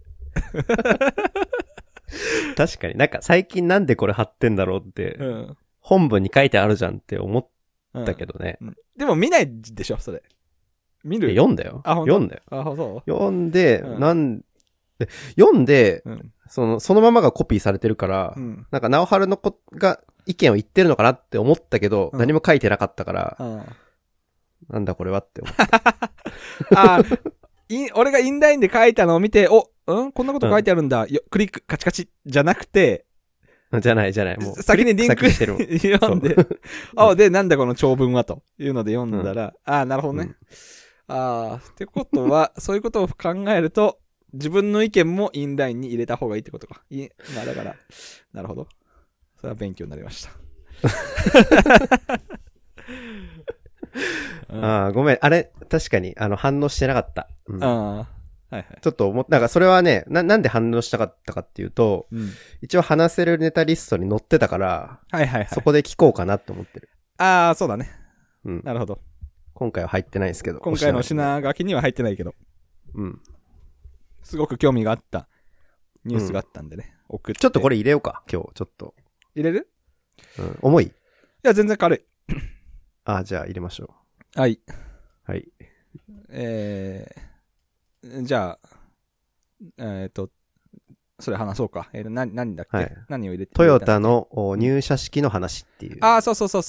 確かになんか最近なんでこれ貼ってんだろうって、本文に書いてあるじゃんって思ったけどね。
でも見ないでしょ、それ。見る？
読んだよ。読んだよ。
そう？
読んで、読んで、そのままがコピーされてるから、なんか、直春の子が意見を言ってるのかなって思ったけど、何も書いてなかったから、なんだこれはって思った。
俺がインラインで書いたのを見て、こんなこと書いてあるんだ、クリック、カチカチ、じゃなくて、
じゃない。もう
先にリンクしてる読んで、で、なんだこの長文はというので読んだら、なるほどね。ってことは、そういうことを考えると、自分の意見もインラインに入れた方がいいってことか。まあだから、なるほど。それは勉強になりました。
ごめん。あれ、確かに、反応してなかった。
はいはい。
ちょっとなんかそれはね、なんで反応したかったかっていうと、一応話せるネタリストに載ってたから、そこで聞こうかなって思ってる。
そうだね。なるほど。
今回は入ってないですけど。
今回の品書きには入ってないけど。すごく興味があったニュースがあったんでね。送って。
ちょっとこれ入れようか、今日、ちょっと。
入れる？
重い？い
や、全然軽い。
じゃあ入れましょ
う。はい。
はい。
じゃあ、それ話そうか。何だっけ、何を入れて
トヨタの入社式の話っていう。
そう。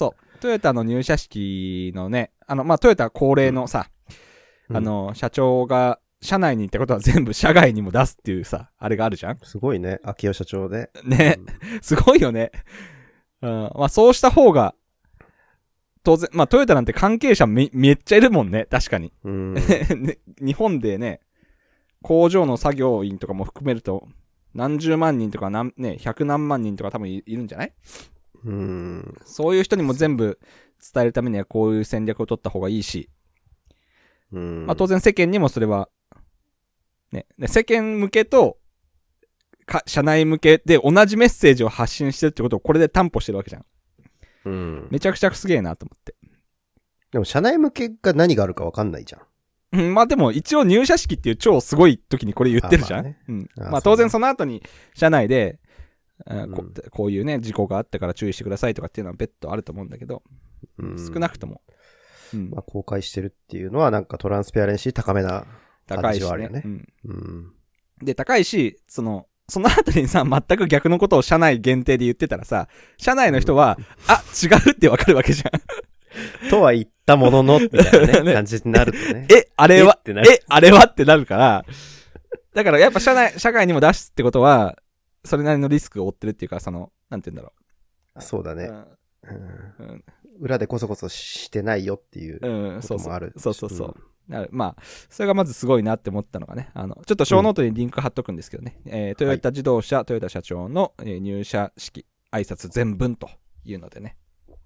トヨタの入社式のね、トヨタ恒例のさ、社長が社内にってことは全部社外にも出すっていうさ、あれがあるじゃん？
すごいね、秋代社長で。
ね、すごいよね。そうした方が、当然、トヨタなんて関係者めっちゃいるもんね、確かに。日本でね、工場の作業員とかも含めると、何十万人とか100何万人とか多分いるんじゃない？そういう人にも全部伝えるためにはこういう戦略を取った方がいいし、当然世間にもそれは、ね、世間向けと、社内向けで同じメッセージを発信してるってことをこれで担保してるわけじゃん。めちゃくちゃすげえなと思って。
でも社内向けが何があるか分かんないじゃん。
でも一応入社式っていう超すごい時にこれ言ってるじゃん。当然その後に社内で、こういうね事故があってから注意してくださいとかっていうのは別途あると思うんだけど、少なくとも、
公開してるっていうのはなんかトランスペアレンシー高めな感じはあるよね。
で高いしその後にさ、全く逆のことを社内限定で言ってたらさ、社内の人は、違うってわかるわけじゃ
ん。とは言ったものの、みたいなね、感じになるとね。
あれはってなるから、だからやっぱ社外にも出すってことは、それなりのリスクを負ってるっていうか、なんて言うんだろ
う。そうだね。裏でこそこそしてないよっていうこともある。
そう。 まあ、それがまずすごいなって思ったのがね、ちょっと小ノートにリンク貼っとくんですけどね、トヨタ自動車、豊田社長の、入社式挨拶全文というのでね。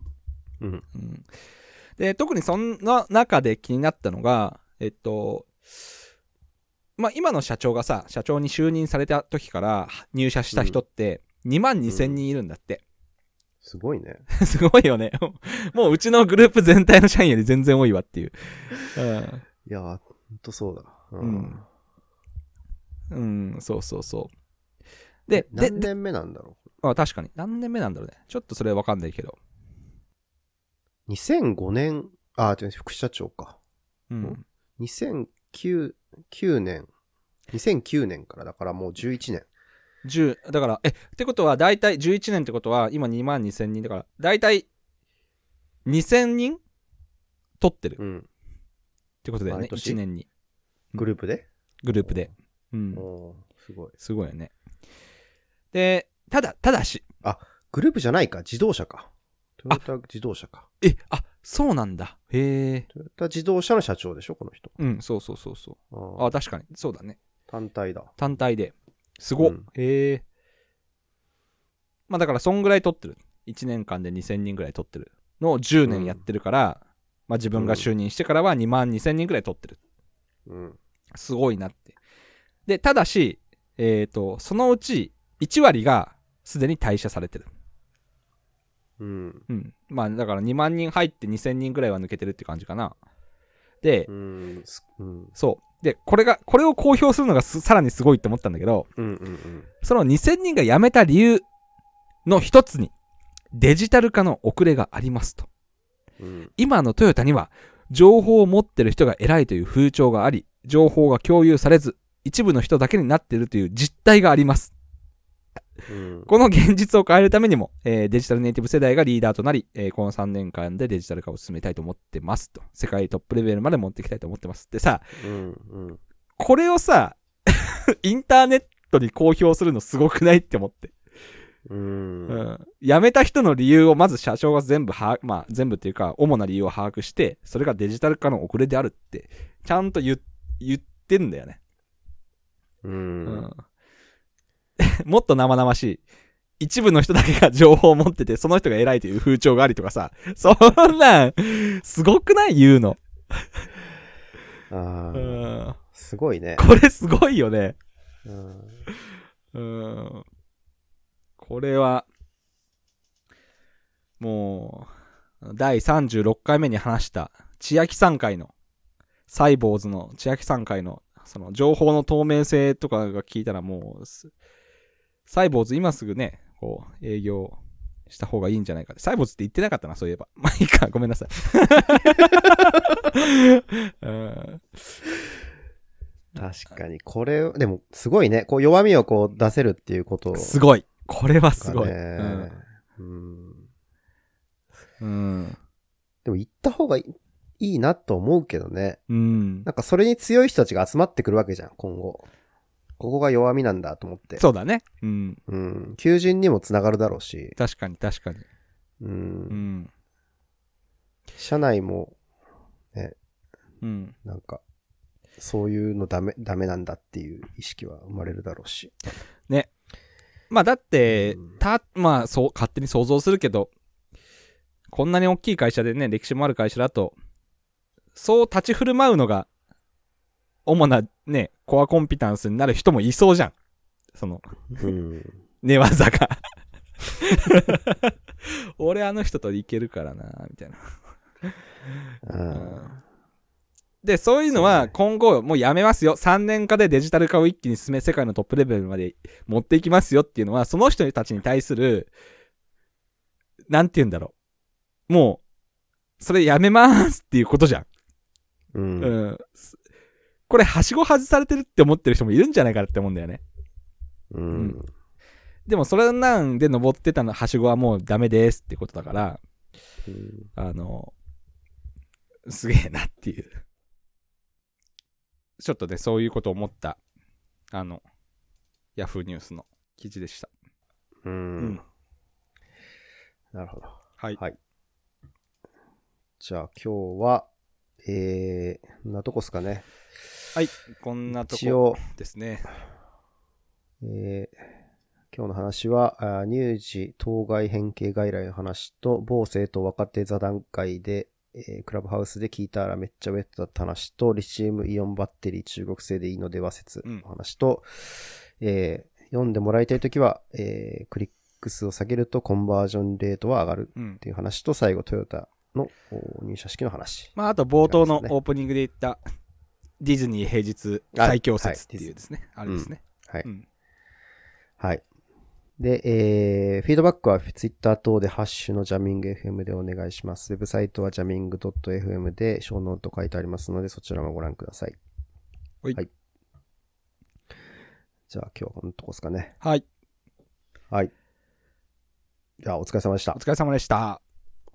で、特にそんな中で気になったのが、まあ、今の社長がさ、社長に就任された時から入社した人って22,000人いるんだって。
すごいね。
すごいよね。もううちのグループ全体の社員より全然多いわっていう。
いや、ほんとそうだ。
そうそうそう。
で、何年目なんだろ
う。確かに。何年目なんだろうね。ちょっとそれはわかんないけど。
2005年、副社長か。2009年。2009年からだからもう11年。
だから、ってことは、だいたい11年ってことは、今22,000人だから、だいたい2,000人取ってる。ってことだよね、1年に。
グループで。すごい。
すごいよね。で、ただし。
グループじゃないか、自動車か。トヨタ自動車か。
そうなんだ。へえ。
トヨタ自動車の社長でしょ、この人。
そう。確かに。そうだね。
単体だ。
単体で。すごっ。へえ。まあだから、そんぐらい取ってる。1年間で2,000人ぐらい取ってるのを10年やってるから、まあ自分が就任してからは22,000人ぐらい取ってる。すごいなって。で、ただし、そのうち1割がすでに退社されてる。まあだから2万人入って2,000人ぐらいは抜けてるって感じかな。で、そう。で、これを公表するのがさらにすごいって思ったんだけど、その2,000人が辞めた理由の一つに、デジタル化の遅れがありますと。今のトヨタには、情報を持ってる人が偉いという風潮があり、情報が共有されず、一部の人だけになっているという実態があります。この現実を変えるためにも、デジタルネイティブ世代がリーダーとなり、この3年間でデジタル化を進めたいと思ってますと。世界トップレベルまで持っていきたいと思ってますってさ、これをさ、インターネットに公表するのすごくないって思って。辞めた人の理由をまず社長が全部っていうか、主な理由を把握して、それがデジタル化の遅れであるって、ちゃんと言ってんだよね。もっと生々しい。一部の人だけが情報を持ってて、その人が偉いという風潮がありとかさ、そんなん、すごくない言うの。
すごいね。
これすごいよね。これは、もう、第36回目に話した、千秋3回の、サイボーズの千秋3回の、その情報の透明性とかが聞いたらもう、サイボーズ今すぐね、こう、営業した方がいいんじゃないかって。サイボーズって言ってなかったな、そういえば。まあいいか、ごめんなさい。
確かに、これ、でも、すごいね。こう、弱みをこう、出せるっていうこと。
すごい。これはすごい。
でも、言った方がいいなと思うけどね。なんか、それに強い人たちが集まってくるわけじゃん、今後。ここが弱みなんだと思って。
そうだね。
求人にもつながるだろうし。
確かに。
社内も、ね。なんか、そういうのダメなんだっていう意識は生まれるだろうし。
ね。まあだって、まあそう、勝手に想像するけど、こんなに大きい会社でね、歴史もある会社だと、そう立ち振る舞うのが、主なね、コアコンピタンスになる人もいそうじゃん。その、寝技が。俺あの人といけるからな、みたいな。で、そういうのは今後もうやめますよ。3年化でデジタル化を一気に進め世界のトップレベルまで持っていきますよっていうのは、その人たちに対する、なんて言うんだろう。もう、それやめますっていうことじゃん。これ、はしご外されてるって思ってる人もいるんじゃないかなって思うんだよね。でも、それなんで登ってたのはしごはもうダメですってことだから、すげえなっていう。ちょっとね、そういうことを思った、ヤフーニュースの記事でした。
なるほど。
はい。
じゃあ今日は、 こんなとこっすかね。
はい、こんなとこですね。
今日の話は、乳児当該変形外来の話と、某生徒若手座談会で、クラブハウスで聞いたらめっちゃウェットだった話と、リチウムイオンバッテリー中国製でいいのでは説の話と、読んでもらいたいときは、クリック数を下げるとコンバージョンレートは上がるっていう話と、最後トヨタの入社式の話。
まあ、あと冒頭のオープニングで言った、ディズニー平日最強説っていうですね。あれですね。
はい。はい。で、フィードバックはツイッター等でハッシュのジャミング FM でお願いします。ウェブサイトはジャミング .fm で小ノート書いてありますので、そちらもご覧ください。
はい。
じゃあ今日はこのとこですかね。
はい。
はい。じゃあお疲れ様でした。
お疲れ様でした。